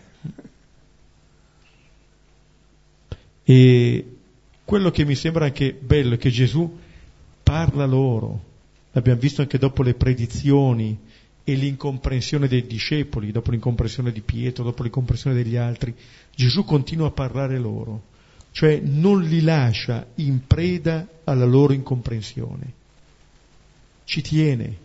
E quello che mi sembra anche bello è che Gesù parla loro. L'abbiamo visto anche dopo le predizioni e l'incomprensione dei discepoli, dopo l'incomprensione di Pietro, dopo l'incomprensione degli altri. Gesù continua a parlare loro, cioè non li lascia in preda alla loro incomprensione. Ci tiene,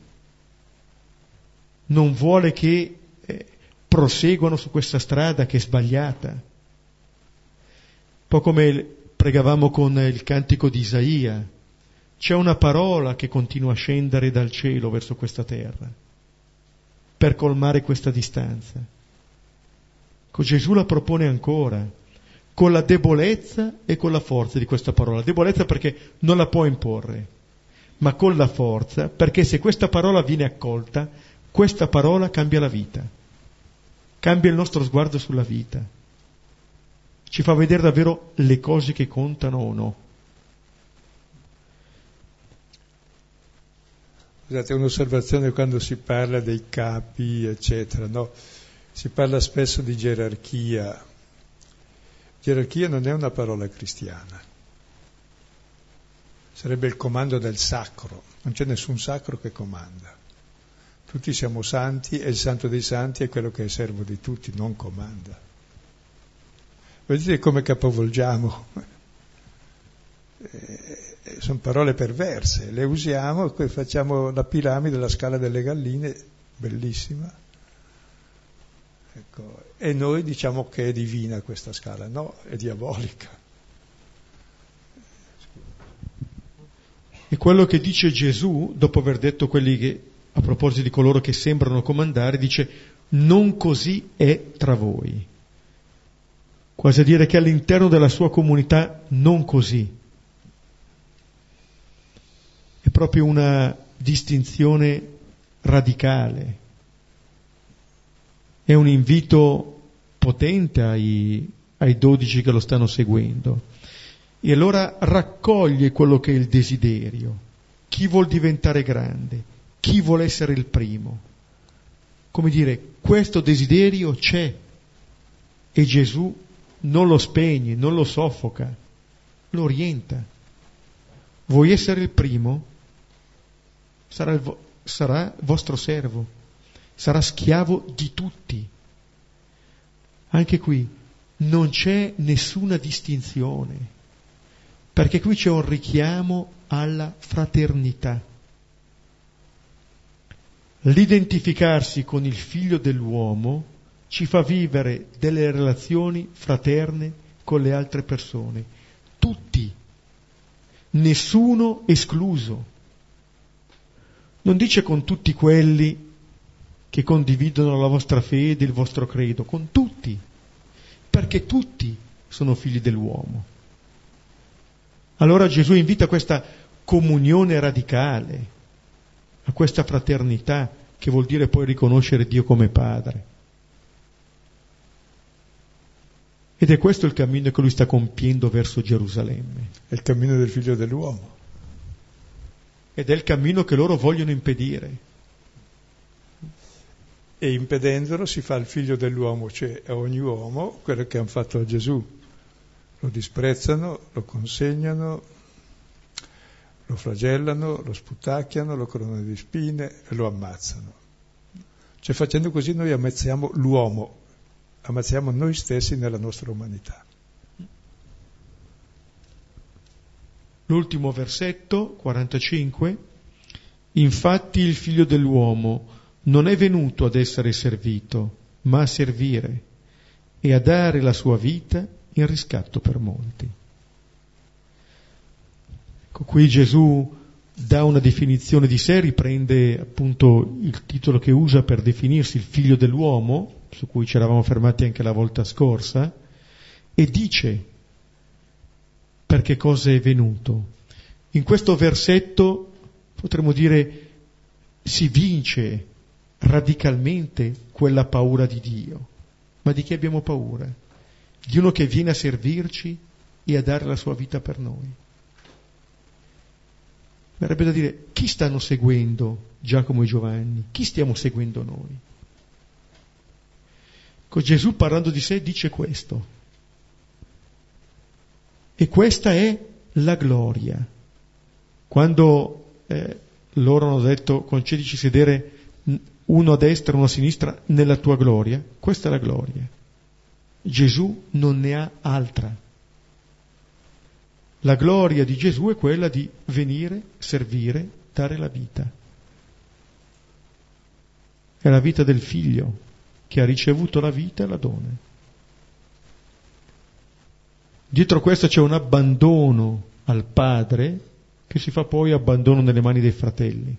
non vuole che eh, proseguano su questa strada che è sbagliata. Un po' come pregavamo con il cantico di Isaia, c'è una parola che continua a scendere dal cielo verso questa terra per colmare questa distanza. Ecco, Gesù la propone ancora, con la debolezza e con la forza di questa parola. Debolezza perché non la può imporre, ma con la forza, perché se questa parola viene accolta, questa parola cambia la vita, cambia il nostro sguardo sulla vita, ci fa vedere davvero le cose che contano o no. Scusate, un'osservazione quando si parla dei capi, eccetera, no? Si parla spesso di gerarchia. Gerarchia non è una parola cristiana. Sarebbe il comando del sacro, non c'è nessun sacro che comanda. Tutti siamo santi e il santo dei santi è quello che è servo di tutti, non comanda. Vedete come capovolgiamo? Eh, sono parole perverse, le usiamo e poi facciamo la piramide, la scala delle galline, bellissima. Ecco, e noi diciamo che è divina questa scala, no, è diabolica. E quello che dice Gesù, dopo aver detto quelli che, a proposito di coloro che sembrano comandare, dice non così è tra voi. Quasi a dire che all'interno della sua comunità non così. È proprio una distinzione radicale. È un invito potente ai, ai dodici che lo stanno seguendo. E allora raccoglie quello che è il desiderio. Chi vuol diventare grande? Chi vuole essere il primo? Come dire, questo desiderio c'è e Gesù non lo spegne, non lo soffoca, lo orienta. Vuoi essere il primo? Sarà il vo- sarà vostro servo, sarà schiavo di tutti. Anche qui non c'è nessuna distinzione, perché qui c'è un richiamo alla fraternità. L'identificarsi con il figlio dell'uomo ci fa vivere delle relazioni fraterne con le altre persone, tutti, nessuno escluso. Non dice con tutti quelli che condividono la vostra fede, il vostro credo, con tutti, perché tutti sono figli dell'uomo. Allora Gesù invita a questa comunione radicale, a questa fraternità che vuol dire poi riconoscere Dio come Padre. Ed è questo il cammino che lui sta compiendo verso Gerusalemme. È il cammino del figlio dell'uomo. Ed è il cammino che loro vogliono impedire. E impedendolo si fa il figlio dell'uomo, cioè a ogni uomo quello che hanno fatto a Gesù. Lo disprezzano, lo consegnano, lo flagellano, lo sputacchiano, lo coronano di spine e lo ammazzano. Cioè facendo così noi ammazziamo l'uomo, ammazziamo noi stessi nella nostra umanità. L'ultimo versetto, quarantacinque, infatti il figlio dell'uomo non è venuto ad essere servito, ma a servire e a dare la sua vita in riscatto per molti. Ecco, qui Gesù dà una definizione di sé, riprende appunto il titolo che usa per definirsi il figlio dell'uomo, su cui ci eravamo fermati anche la volta scorsa, e dice per che cosa è venuto. In questo versetto potremmo dire si vince radicalmente quella paura di Dio. Ma di chi abbiamo paura? Di uno che viene a servirci e a dare la sua vita per noi. Verrebbe da dire, chi stanno seguendo Giacomo e Giovanni? Chi stiamo seguendo noi? Ecco, Gesù parlando di sé dice questo. E questa è la gloria. Quando eh, loro hanno detto concedici sedere uno a destra e uno a sinistra nella tua gloria, questa è la gloria. Gesù non ne ha altra. La gloria di Gesù è quella di venire, servire, dare la vita. È la vita del figlio che ha ricevuto la vita e la dona. Dietro questo c'è un abbandono al Padre che si fa poi abbandono nelle mani dei fratelli.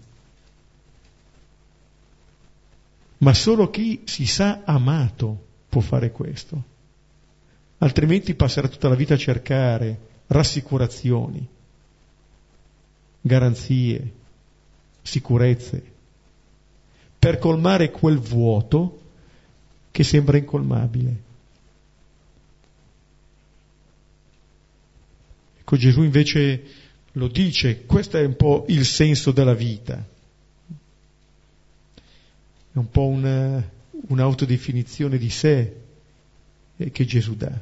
Ma solo chi si sa amato può fare questo. Altrimenti passerà tutta la vita a cercare rassicurazioni, garanzie, sicurezze, per colmare quel vuoto che sembra incolmabile. Ecco, Gesù invece lo dice, questo è un po' il senso della vita. È un po' una, un'autodefinizione di sé eh, che Gesù dà.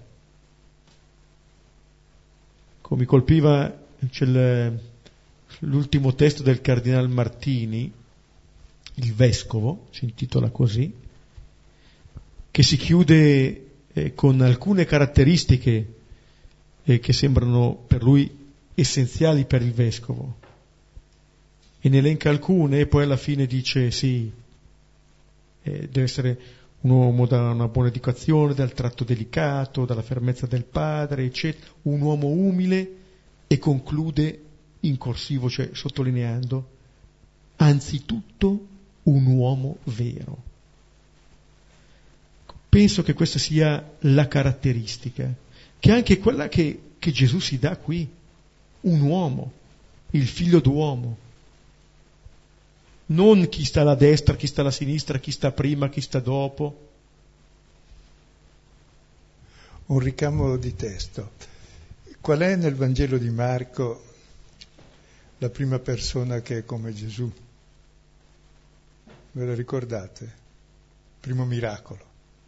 Come mi colpiva, c'è il, l'ultimo testo del Cardinal Martini, il Vescovo, si intitola così, che si chiude eh, con alcune caratteristiche eh, che sembrano per lui essenziali per il Vescovo. E ne elenca alcune e poi alla fine dice sì, eh, deve essere un uomo da una buona educazione, dal tratto delicato, dalla fermezza del padre, eccetera, un uomo umile, e conclude in corsivo, cioè sottolineando, anzitutto un uomo vero. Penso che questa sia la caratteristica, che è anche quella che, che Gesù si dà qui, un uomo, il figlio d'uomo. Non chi sta alla destra, chi sta alla sinistra, chi sta prima, chi sta dopo. Un ricamo di testo. Qual è nel Vangelo di Marco la prima persona che è come Gesù? Ve la ricordate? Primo miracolo.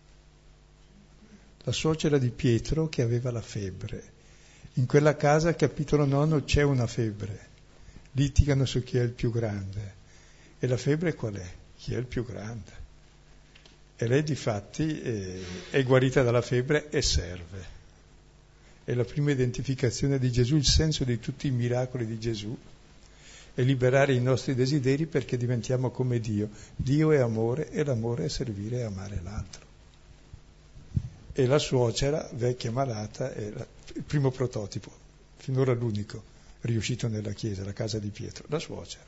La suocera di Pietro che aveva la febbre. In quella casa, capitolo nono, c'è una febbre. Litigano su chi è il più grande. E la febbre qual è? Chi è il più grande? E lei difatti è, è guarita dalla febbre e serve. È la prima identificazione di Gesù, il senso di tutti i miracoli di Gesù è liberare i nostri desideri perché diventiamo come Dio. Dio è amore e l'amore è servire e amare l'altro. E la suocera, vecchia malata, è la, il primo prototipo, finora l'unico riuscito nella Chiesa, la casa di Pietro, la suocera.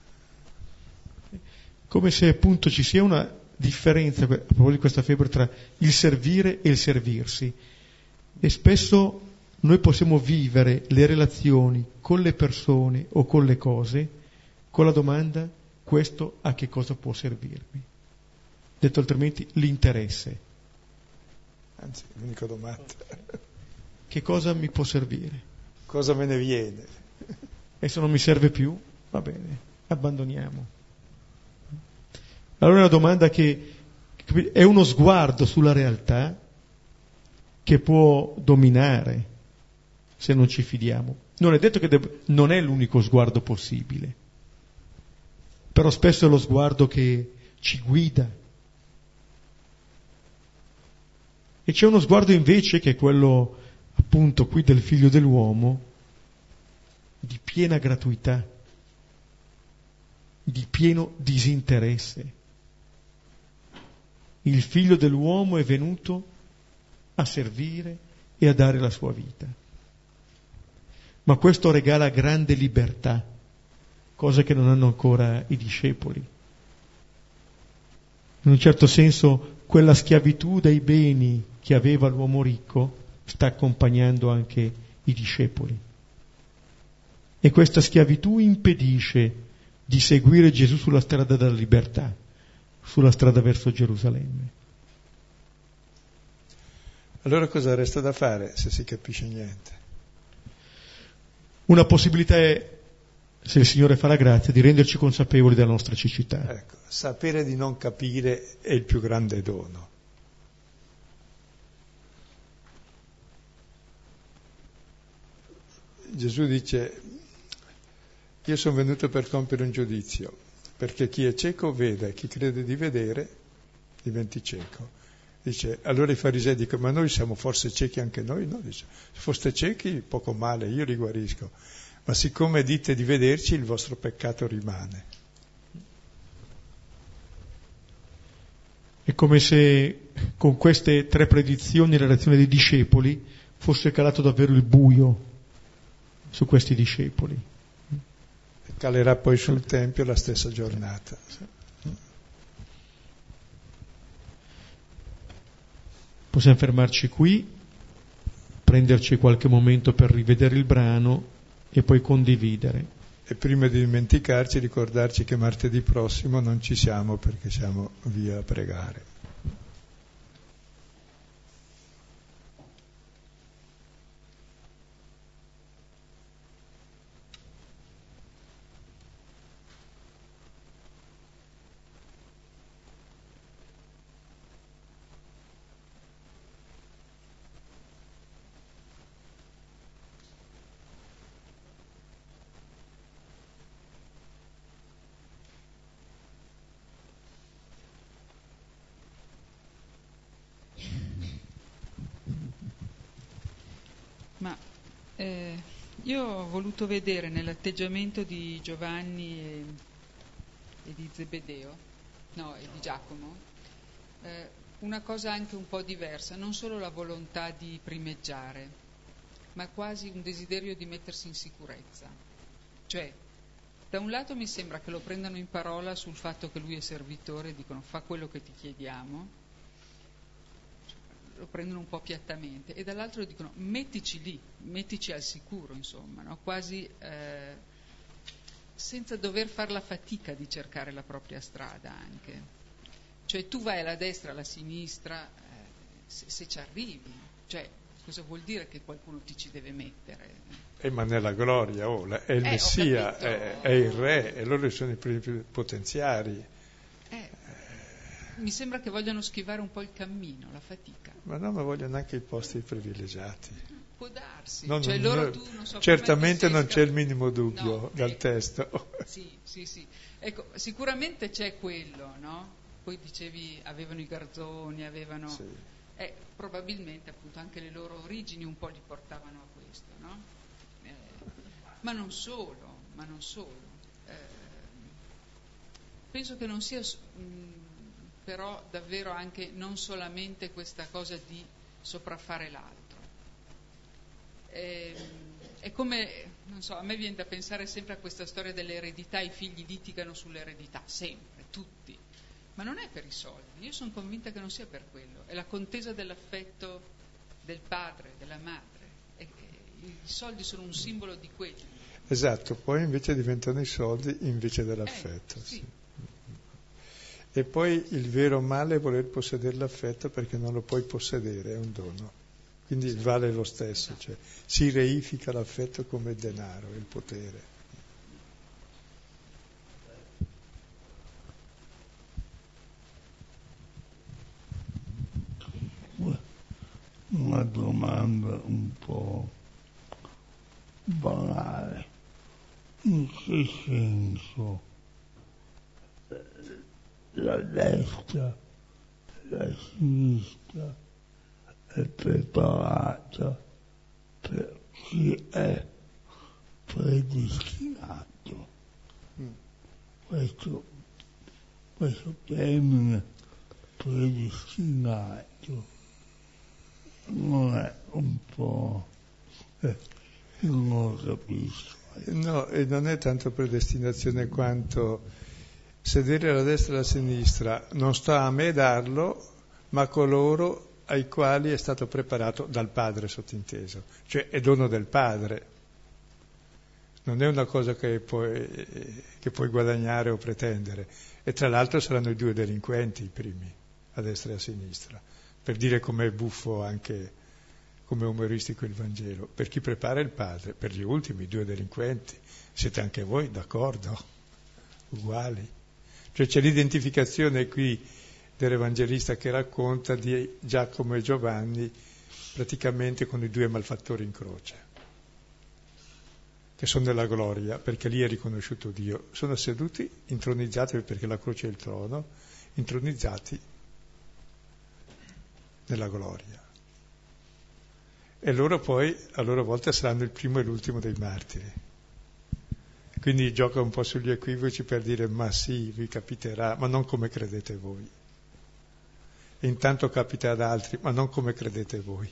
Come se appunto ci sia una differenza a proposito di questa febbre tra il servire e il servirsi. E spesso noi possiamo vivere le relazioni con le persone o con le cose con la domanda: questo a che cosa può servirmi? Detto altrimenti, l'interesse. Anzi, l'unica domanda. Che cosa mi può servire? Cosa me ne viene? E se non mi serve più, va bene, abbandoniamo. Allora è una domanda che è uno sguardo sulla realtà che può dominare se non ci fidiamo. Non è detto che deb- non è l'unico sguardo possibile, però spesso è lo sguardo che ci guida. E c'è uno sguardo invece che è quello appunto qui del figlio dell'uomo, di piena gratuità, di pieno disinteresse. Il figlio dell'uomo è venuto a servire e a dare la sua vita. Ma questo regala grande libertà, cosa che non hanno ancora i discepoli. In un certo senso, quella schiavitù dei beni che aveva l'uomo ricco sta accompagnando anche i discepoli. E questa schiavitù impedisce di seguire Gesù sulla strada della libertà, sulla strada verso Gerusalemme. Allora cosa resta da fare se si capisce niente? Una possibilità è, se il Signore fa la grazia, di renderci consapevoli della nostra cecità. Ecco, sapere di non capire è il più grande dono. Gesù dice: io sono venuto per compiere un giudizio, perché chi è cieco vede, e chi crede di vedere diventi cieco. Dice, allora i farisei dicono: ma noi siamo forse ciechi anche noi? No, dice, se foste ciechi poco male, io li guarisco, ma siccome dite di vederci, il vostro peccato rimane. È come se con queste tre predizioni la reazione dei discepoli fosse calato davvero il buio su questi discepoli. Calerà poi sul Tempio la stessa giornata. Possiamo fermarci qui, prenderci qualche momento per rivedere il brano e poi condividere. E prima di dimenticarci, ricordarci che martedì prossimo non ci siamo perché siamo via a pregare. Ma eh, io ho voluto vedere nell'atteggiamento di Giovanni e, e di Zebedeo, no, e di Giacomo, eh, una cosa anche un po' diversa, non solo la volontà di primeggiare, ma quasi un desiderio di mettersi in sicurezza. Cioè, da un lato mi sembra che lo prendano in parola sul fatto che lui è servitore e dicono: fa quello che ti chiediamo, lo prendono un po' piattamente, e dall'altro dicono: mettici lì, mettici al sicuro, insomma, no? Quasi eh, senza dover far la fatica di cercare la propria strada anche. Cioè tu vai alla destra, alla sinistra, eh, se, se ci arrivi, cioè cosa vuol dire che qualcuno ti ci deve mettere? Eh, ma nella gloria, oh, è il eh, Messia, è, è il Re, e loro sono i primi potenziari. Eh, mi sembra che vogliano schivare un po' il cammino, la fatica. Ma no, ma vogliono anche i posti privilegiati. Può darsi. No, cioè, non, loro, no, tu, non so, certamente non c'è il sca... minimo dubbio no, dal eh, testo. Sì, sì, sì. Ecco, sicuramente c'è quello, no? Poi dicevi, avevano i garzoni, avevano... Sì. Eh, probabilmente appunto anche le loro origini un po' li portavano a questo, no? Eh, ma non solo, ma non solo. Eh, penso che non sia... Mh, però davvero anche non solamente questa cosa di sopraffare l'altro. È, è come, non so, a me viene da pensare sempre a questa storia dell'eredità: i figli litigano sull'eredità, sempre, tutti, ma non è per i soldi. Io sono convinta che non sia per quello, è la contesa dell'affetto del padre, della madre, e, e, i soldi sono un simbolo di quello. Esatto, poi invece diventano i soldi invece dell'affetto. Eh, sì. Sì. E poi il vero male è voler possedere l'affetto perché non lo puoi possedere, è un dono. Quindi il vale è lo stesso, cioè si reifica l'affetto come il denaro, il potere. Una domanda un po' banale. In che senso la destra, la sinistra è preparata per chi è predestinato? Mm. Questo, questo termine predestinato non è un po'... Eh, io non lo capisco. No, e non è tanto predestinazione quanto sedere alla destra e alla sinistra. Non sta a me darlo, ma a coloro ai quali è stato preparato dal Padre, sottinteso. Cioè è dono del Padre. Non è una cosa che puoi, che puoi guadagnare o pretendere. E tra l'altro saranno i due delinquenti i primi, a destra e a sinistra. Per dire com'è buffo anche come umoristico il Vangelo. Per chi prepara il Padre, per gli ultimi, due delinquenti, siete anche voi d'accordo? Uguali. Cioè c'è l'identificazione qui dell'Evangelista che racconta di Giacomo e Giovanni praticamente con i due malfattori in croce, che sono nella gloria, perché lì è riconosciuto Dio. Sono seduti, intronizzati, perché la croce è il trono, intronizzati nella gloria. E loro poi, a loro volta, saranno il primo e l'ultimo dei martiri. Quindi gioca un po' sugli equivoci per dire, ma sì, vi capiterà, ma non come credete voi. E intanto capita ad altri, ma non come credete voi.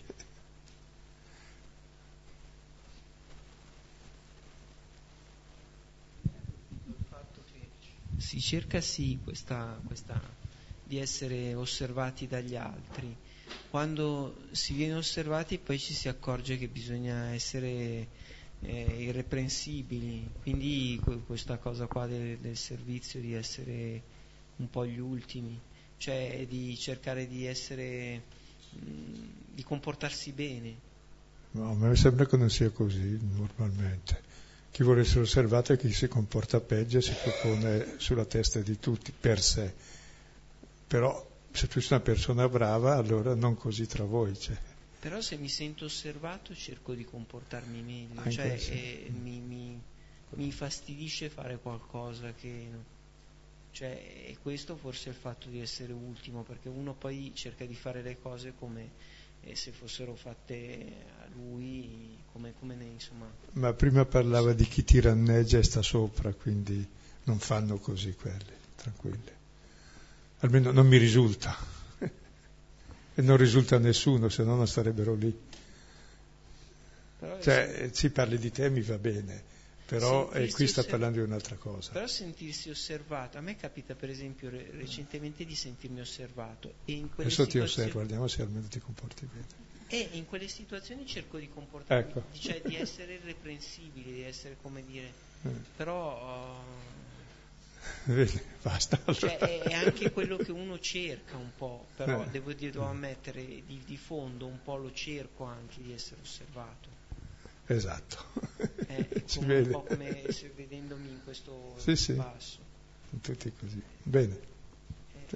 Il fatto che si cerca sì questa, questa di essere osservati dagli altri. Quando si viene osservati poi ci si accorge che bisogna essere eh, irreprensibili, quindi questa cosa qua del, del servizio, di essere un po' gli ultimi, cioè di cercare di essere, mh, di comportarsi bene. No, a me sembra che non sia così normalmente. Chi vuole essere osservato è chi si comporta peggio e si propone sulla testa di tutti per sé. Però se tu sei una persona brava, allora non così tra voi. Cioè. Però se mi sento osservato cerco di comportarmi meglio, Anche cioè sì. eh, mi, mi, mi fastidisce fare qualcosa che... Cioè, e questo forse è il fatto di essere ultimo, perché uno poi cerca di fare le cose come eh, se fossero fatte a lui, come, come ne, insomma... Ma prima parlava di chi tiranneggia e sta sopra, quindi non fanno così quelli, tranquilli. Almeno non mi risulta, e non risulta a nessuno, se no non starebbero lì. Però cioè, si parli di te, mi va bene, però e qui sta osserv- parlando di un'altra cosa. Però sentirsi osservato, a me capita per esempio re- recentemente di sentirmi osservato. E in quelle Adesso situazioni... ti osservo, andiamo se almeno ti comporti bene. E in quelle situazioni cerco di comportarmi, ecco. cioè di essere irreprensibile, di essere, come dire, eh. però... Uh, Vedi, basta. Allora. Cioè è, è anche quello che uno cerca un po', però eh. devo dire, devo ammettere, di, di fondo un po' lo cerco anche di essere osservato. Esatto. Eh, è si come vede. un po' come se vedendomi in questo sì, sì. passo. Tutti così. Bene. Eh.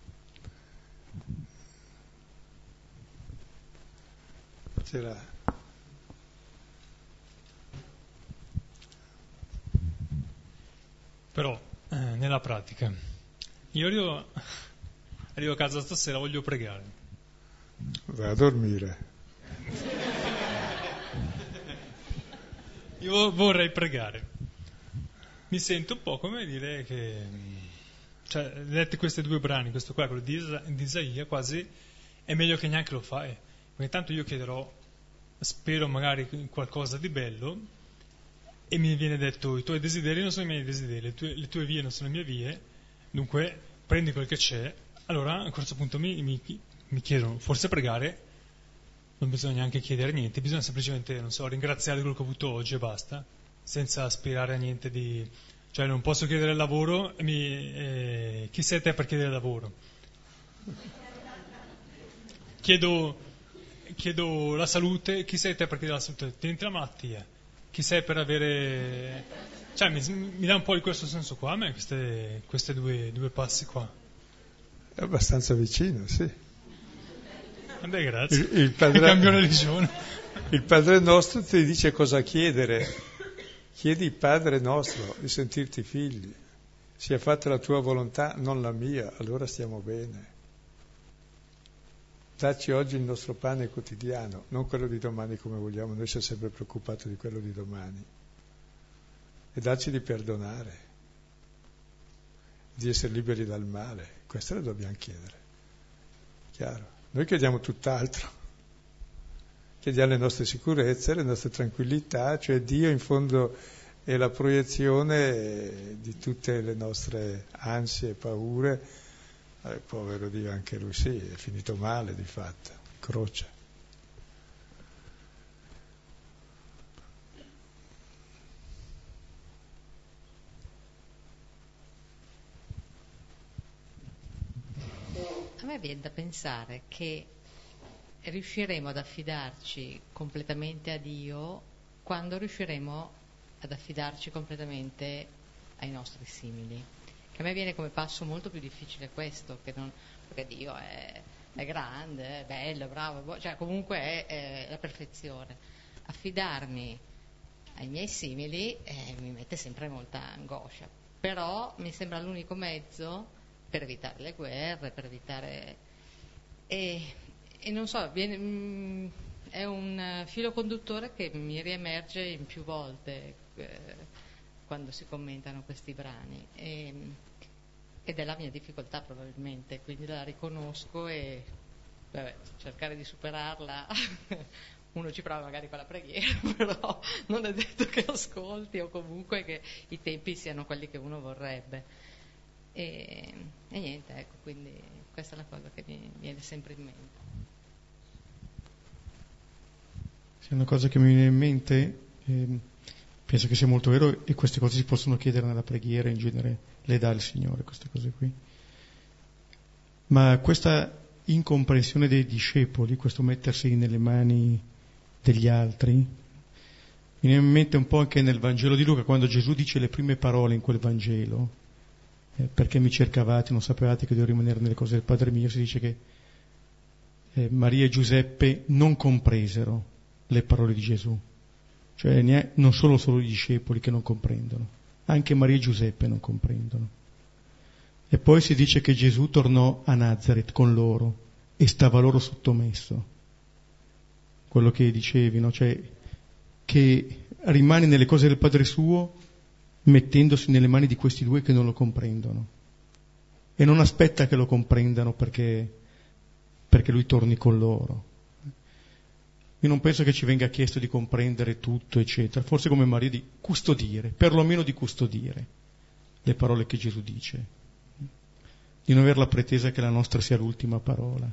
C'era... Però eh, nella pratica io arrivo, arrivo a casa stasera, voglio pregare, vai a dormire, io vorrei pregare, mi sento un po' come dire che, cioè, letti questi due brani, questo qua, quello di, Isa- di Isaia, quasi è meglio che neanche lo fai, perché tanto io chiederò, spero magari qualcosa di bello, e mi viene detto i tuoi desideri non sono i miei desideri, le tue, le tue vie non sono le mie vie, dunque prendi quel che c'è. Allora a questo punto mi, mi, mi chiedono, forse pregare non bisogna neanche chiedere niente, bisogna semplicemente, non so, ringraziare quello che ho avuto oggi e basta, senza aspirare a niente di... Cioè non posso chiedere il lavoro, e mi, eh, chi sei te per chiedere il lavoro? Chiedo, chiedo la salute, chi sei te per chiedere la salute? Tienti la malattia. Chi sei per avere... Cioè mi, mi dà un po' di questo senso qua a me, queste, queste due, due passi qua. È abbastanza vicino, sì. Vabbè, grazie. Il, il padre, cambio religione. Il Padre nostro ti dice cosa chiedere. Chiedi Padre nostro di sentirti figli. Sia fatta la tua volontà, non la mia, allora stiamo bene. Dacci oggi il nostro pane quotidiano, non quello di domani come vogliamo, noi siamo sempre preoccupati di quello di domani. E dacci di perdonare, di essere liberi dal male. Questo lo dobbiamo chiedere. Chiaro? Noi chiediamo tutt'altro. Chiediamo le nostre sicurezze, le nostre tranquillità, cioè Dio in fondo è la proiezione di tutte le nostre ansie e paure. Eh, povero Dio, anche lui sì, è finito male di fatto, croce. A me viene da pensare che riusciremo ad affidarci completamente a Dio quando riusciremo ad affidarci completamente ai nostri simili. Che a me viene come passo molto più difficile questo, che non, perché Dio è, è grande, è bello, bravo, cioè comunque è, è la perfezione. Affidarmi ai miei simili eh, mi mette sempre molta angoscia, però mi sembra l'unico mezzo per evitare le guerre, per evitare... E, e non so, viene, mh, è un filo conduttore che mi riemerge in più volte eh, quando si commentano questi brani. E, ed è la mia difficoltà probabilmente, quindi la riconosco e vabbè, cercare di superarla. Uno ci prova magari con la preghiera, però non è detto che ascolti o comunque che i tempi siano quelli che uno vorrebbe. E, e niente, ecco, quindi questa è la cosa che mi viene sempre in mente. Sì, una cosa che mi viene in mente, eh, penso che sia molto vero, e queste cose si possono chiedere nella preghiera, in genere le dà il Signore, queste cose qui. Ma questa incomprensione dei discepoli, questo mettersi nelle mani degli altri, mi viene in mente un po' anche nel Vangelo di Luca, quando Gesù dice le prime parole in quel Vangelo, eh, perché mi cercavate, non sapevate che devo rimanere nelle cose del Padre mio, si dice che eh, Maria e Giuseppe non compresero le parole di Gesù, cioè ne- non solo solo i discepoli che non comprendono, anche Maria e Giuseppe non comprendono. E poi si dice che Gesù tornò a Nazaret con loro e stava loro sottomesso. Quello che dicevi, no? Cioè che rimane nelle cose del Padre suo mettendosi nelle mani di questi due che non lo comprendono. E non aspetta che lo comprendano perché, perché lui torni con loro. Io non penso che ci venga chiesto di comprendere tutto, eccetera. Forse come Maria di custodire, perlomeno di custodire le parole che Gesù dice. Di non avere la pretesa che la nostra sia l'ultima parola.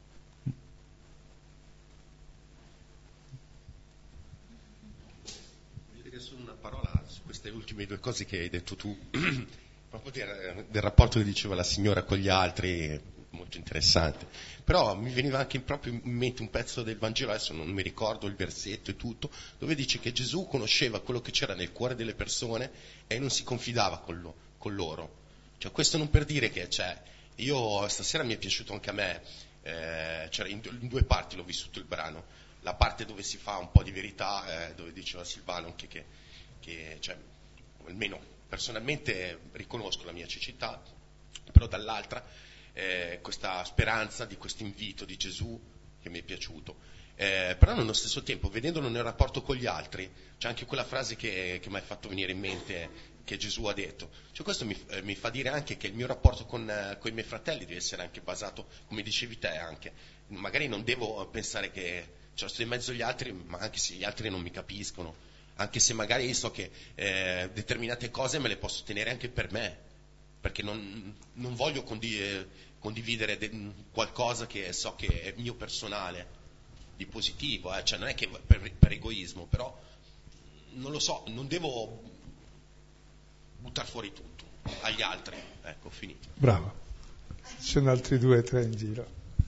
Voglio dire solo una parola su queste ultime due cose che hai detto tu, proprio del, del rapporto che diceva la signora con gli altri, molto interessante. Però mi veniva anche proprio in mente un pezzo del Vangelo, adesso non mi ricordo il versetto e tutto, dove dice che Gesù conosceva quello che c'era nel cuore delle persone e non si confidava con, lo, con loro. Cioè, questo non per dire che, cioè, io stasera mi è piaciuto anche a me, eh, cioè in, in due parti l'ho vissuto il brano, la parte dove si fa un po' di verità, eh, dove diceva Silvano anche che, che cioè, almeno personalmente riconosco la mia cecità, però dall'altra eh, questa speranza di questo invito di Gesù che mi è piaciuto. Eh, però nello stesso tempo, vedendolo nel rapporto con gli altri, c'è anche quella frase che, che mi ha fatto venire in mente, che Gesù ha detto. Cioè, questo mi, eh, mi fa dire anche che il mio rapporto con, eh, con i miei fratelli deve essere anche basato, come dicevi te anche. Magari non devo pensare che cioè, sto in mezzo agli altri, ma anche se gli altri non mi capiscono, anche se magari io so che eh, determinate cose me le posso tenere anche per me, perché non, non voglio condiv- condividere de- qualcosa che so che è mio personale, di positivo, eh? Cioè non è che per, per egoismo, però non lo so, non devo buttare fuori tutto, agli altri, ecco, finito. Bravo. Ci sono altri due o tre in giro.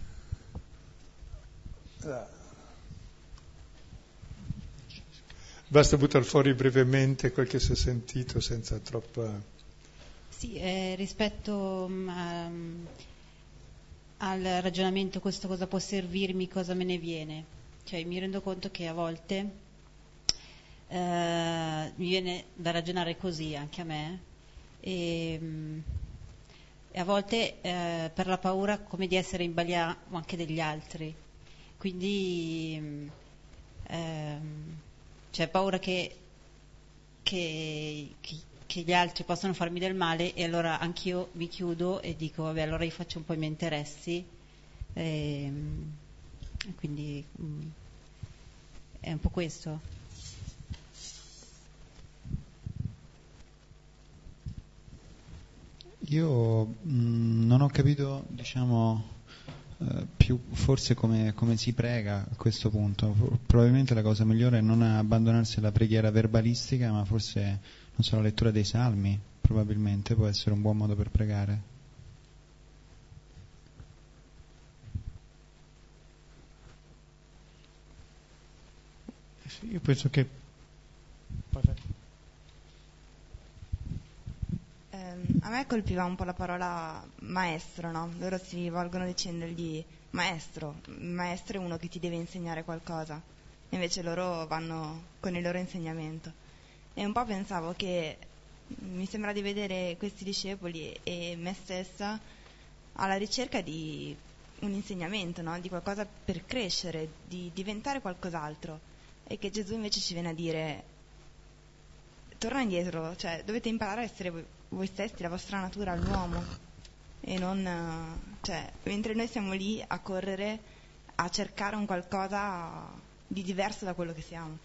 Basta buttare fuori brevemente quel che si è sentito senza troppa... Sì, eh, rispetto um, al ragionamento questo cosa può servirmi, cosa me ne viene. Cioè mi rendo conto che a volte eh, mi viene da ragionare così anche a me e, e a volte eh, per la paura come di essere in balia anche degli altri. Quindi eh, c'è paura che, che, che, che gli altri possano farmi del male e allora anch'io mi chiudo e dico vabbè allora io faccio un po' i miei interessi e, quindi mh, è un po' questo. Io mh, non ho capito, diciamo, eh, più forse come, come si prega a questo punto. Probabilmente la cosa migliore è non abbandonarsi alla preghiera verbalistica, ma forse, non so, la lettura dei salmi probabilmente può essere un buon modo per pregare. Sì, io penso che a me colpiva un po' la parola maestro, no? Loro si rivolgono dicendogli maestro, il maestro è uno che ti deve insegnare qualcosa, invece loro vanno con il loro insegnamento. E un po' pensavo che mi sembra di vedere questi discepoli e me stessa alla ricerca di un insegnamento, no? Di qualcosa per crescere, di diventare qualcos'altro, e che Gesù invece ci viene a dire torna indietro, cioè dovete imparare a essere voi, voi stessi, la vostra natura, l'uomo, e non, cioè, mentre noi siamo lì a correre a cercare un qualcosa di diverso da quello che siamo.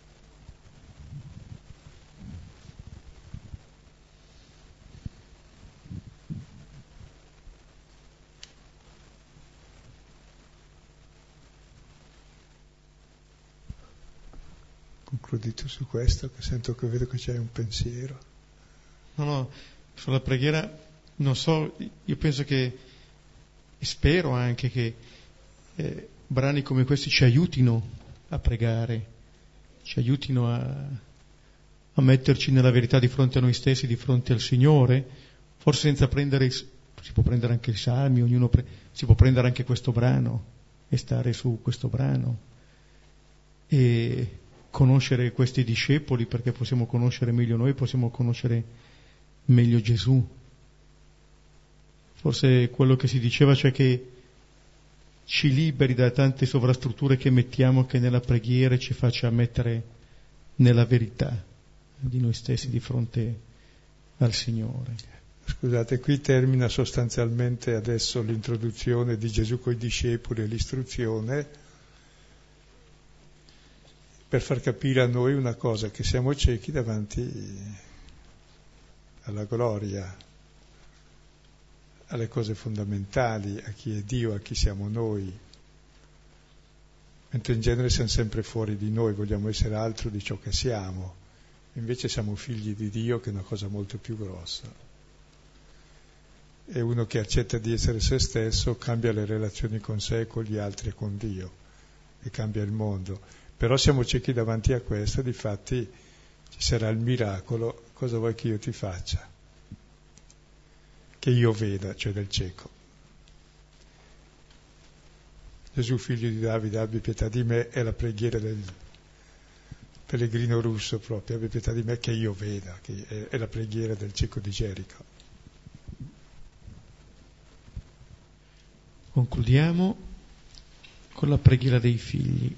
Concludi tu su questo, che sento che vedo che c'è un pensiero. No, no, sulla preghiera non so, io penso che, e spero anche che eh, brani come questi ci aiutino a pregare, ci aiutino a, a metterci nella verità di fronte a noi stessi, di fronte al Signore, forse senza prendere, si può prendere anche i salmi, ognuno pre, si può prendere anche questo brano e stare su questo brano e conoscere questi discepoli, perché possiamo conoscere meglio noi, possiamo conoscere meglio Gesù. Forse quello che si diceva, cioè che ci liberi da tante sovrastrutture che mettiamo, che nella preghiera ci faccia mettere nella verità di noi stessi di fronte al Signore. Scusate, qui termina sostanzialmente adesso l'introduzione di Gesù coi discepoli e l'istruzione, per far capire a noi una cosa, che siamo ciechi davanti alla gloria, alle cose fondamentali, a chi è Dio, a chi siamo noi, mentre in genere siamo sempre fuori di noi, vogliamo essere altro di ciò che siamo, invece siamo figli di Dio, che è una cosa molto più grossa. E uno che accetta di essere se stesso cambia le relazioni con sé, con gli altri e con Dio, e cambia il mondo. Però siamo ciechi davanti a questo, difatti ci sarà il miracolo, cosa vuoi che io ti faccia? Che io veda, cioè del cieco. Gesù, figlio di Davide, abbi pietà di me, è la preghiera del pellegrino russo proprio, abbi pietà di me che io veda, che è, è la preghiera del cieco di Gerico. Concludiamo con la preghiera dei figli.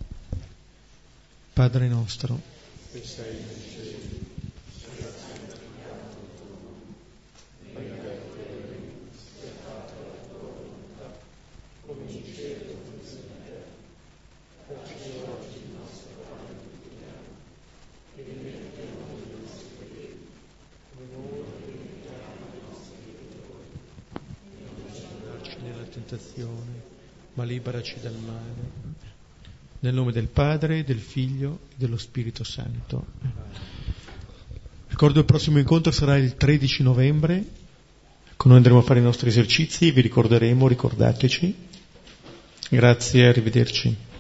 Padre nostro, che sei nei cieli, sia santificato il tuo nome, venga il tuo regno, sia fatta la tua volontà, come in cielo così in terra. Dacci oggi il nostro pane quotidiano, e rimetti a noi i nostri debiti, come noi rimettiamo ai nostri debitori, e non ci darci nella tentazione, ma liberaci dal male. Nel nome del Padre, del Figlio e dello Spirito Santo. ricordo il prossimo incontro sarà il tredici novembre, con noi andremo a fare i nostri esercizi, vi ricorderemo, ricordateci. Grazie, arrivederci.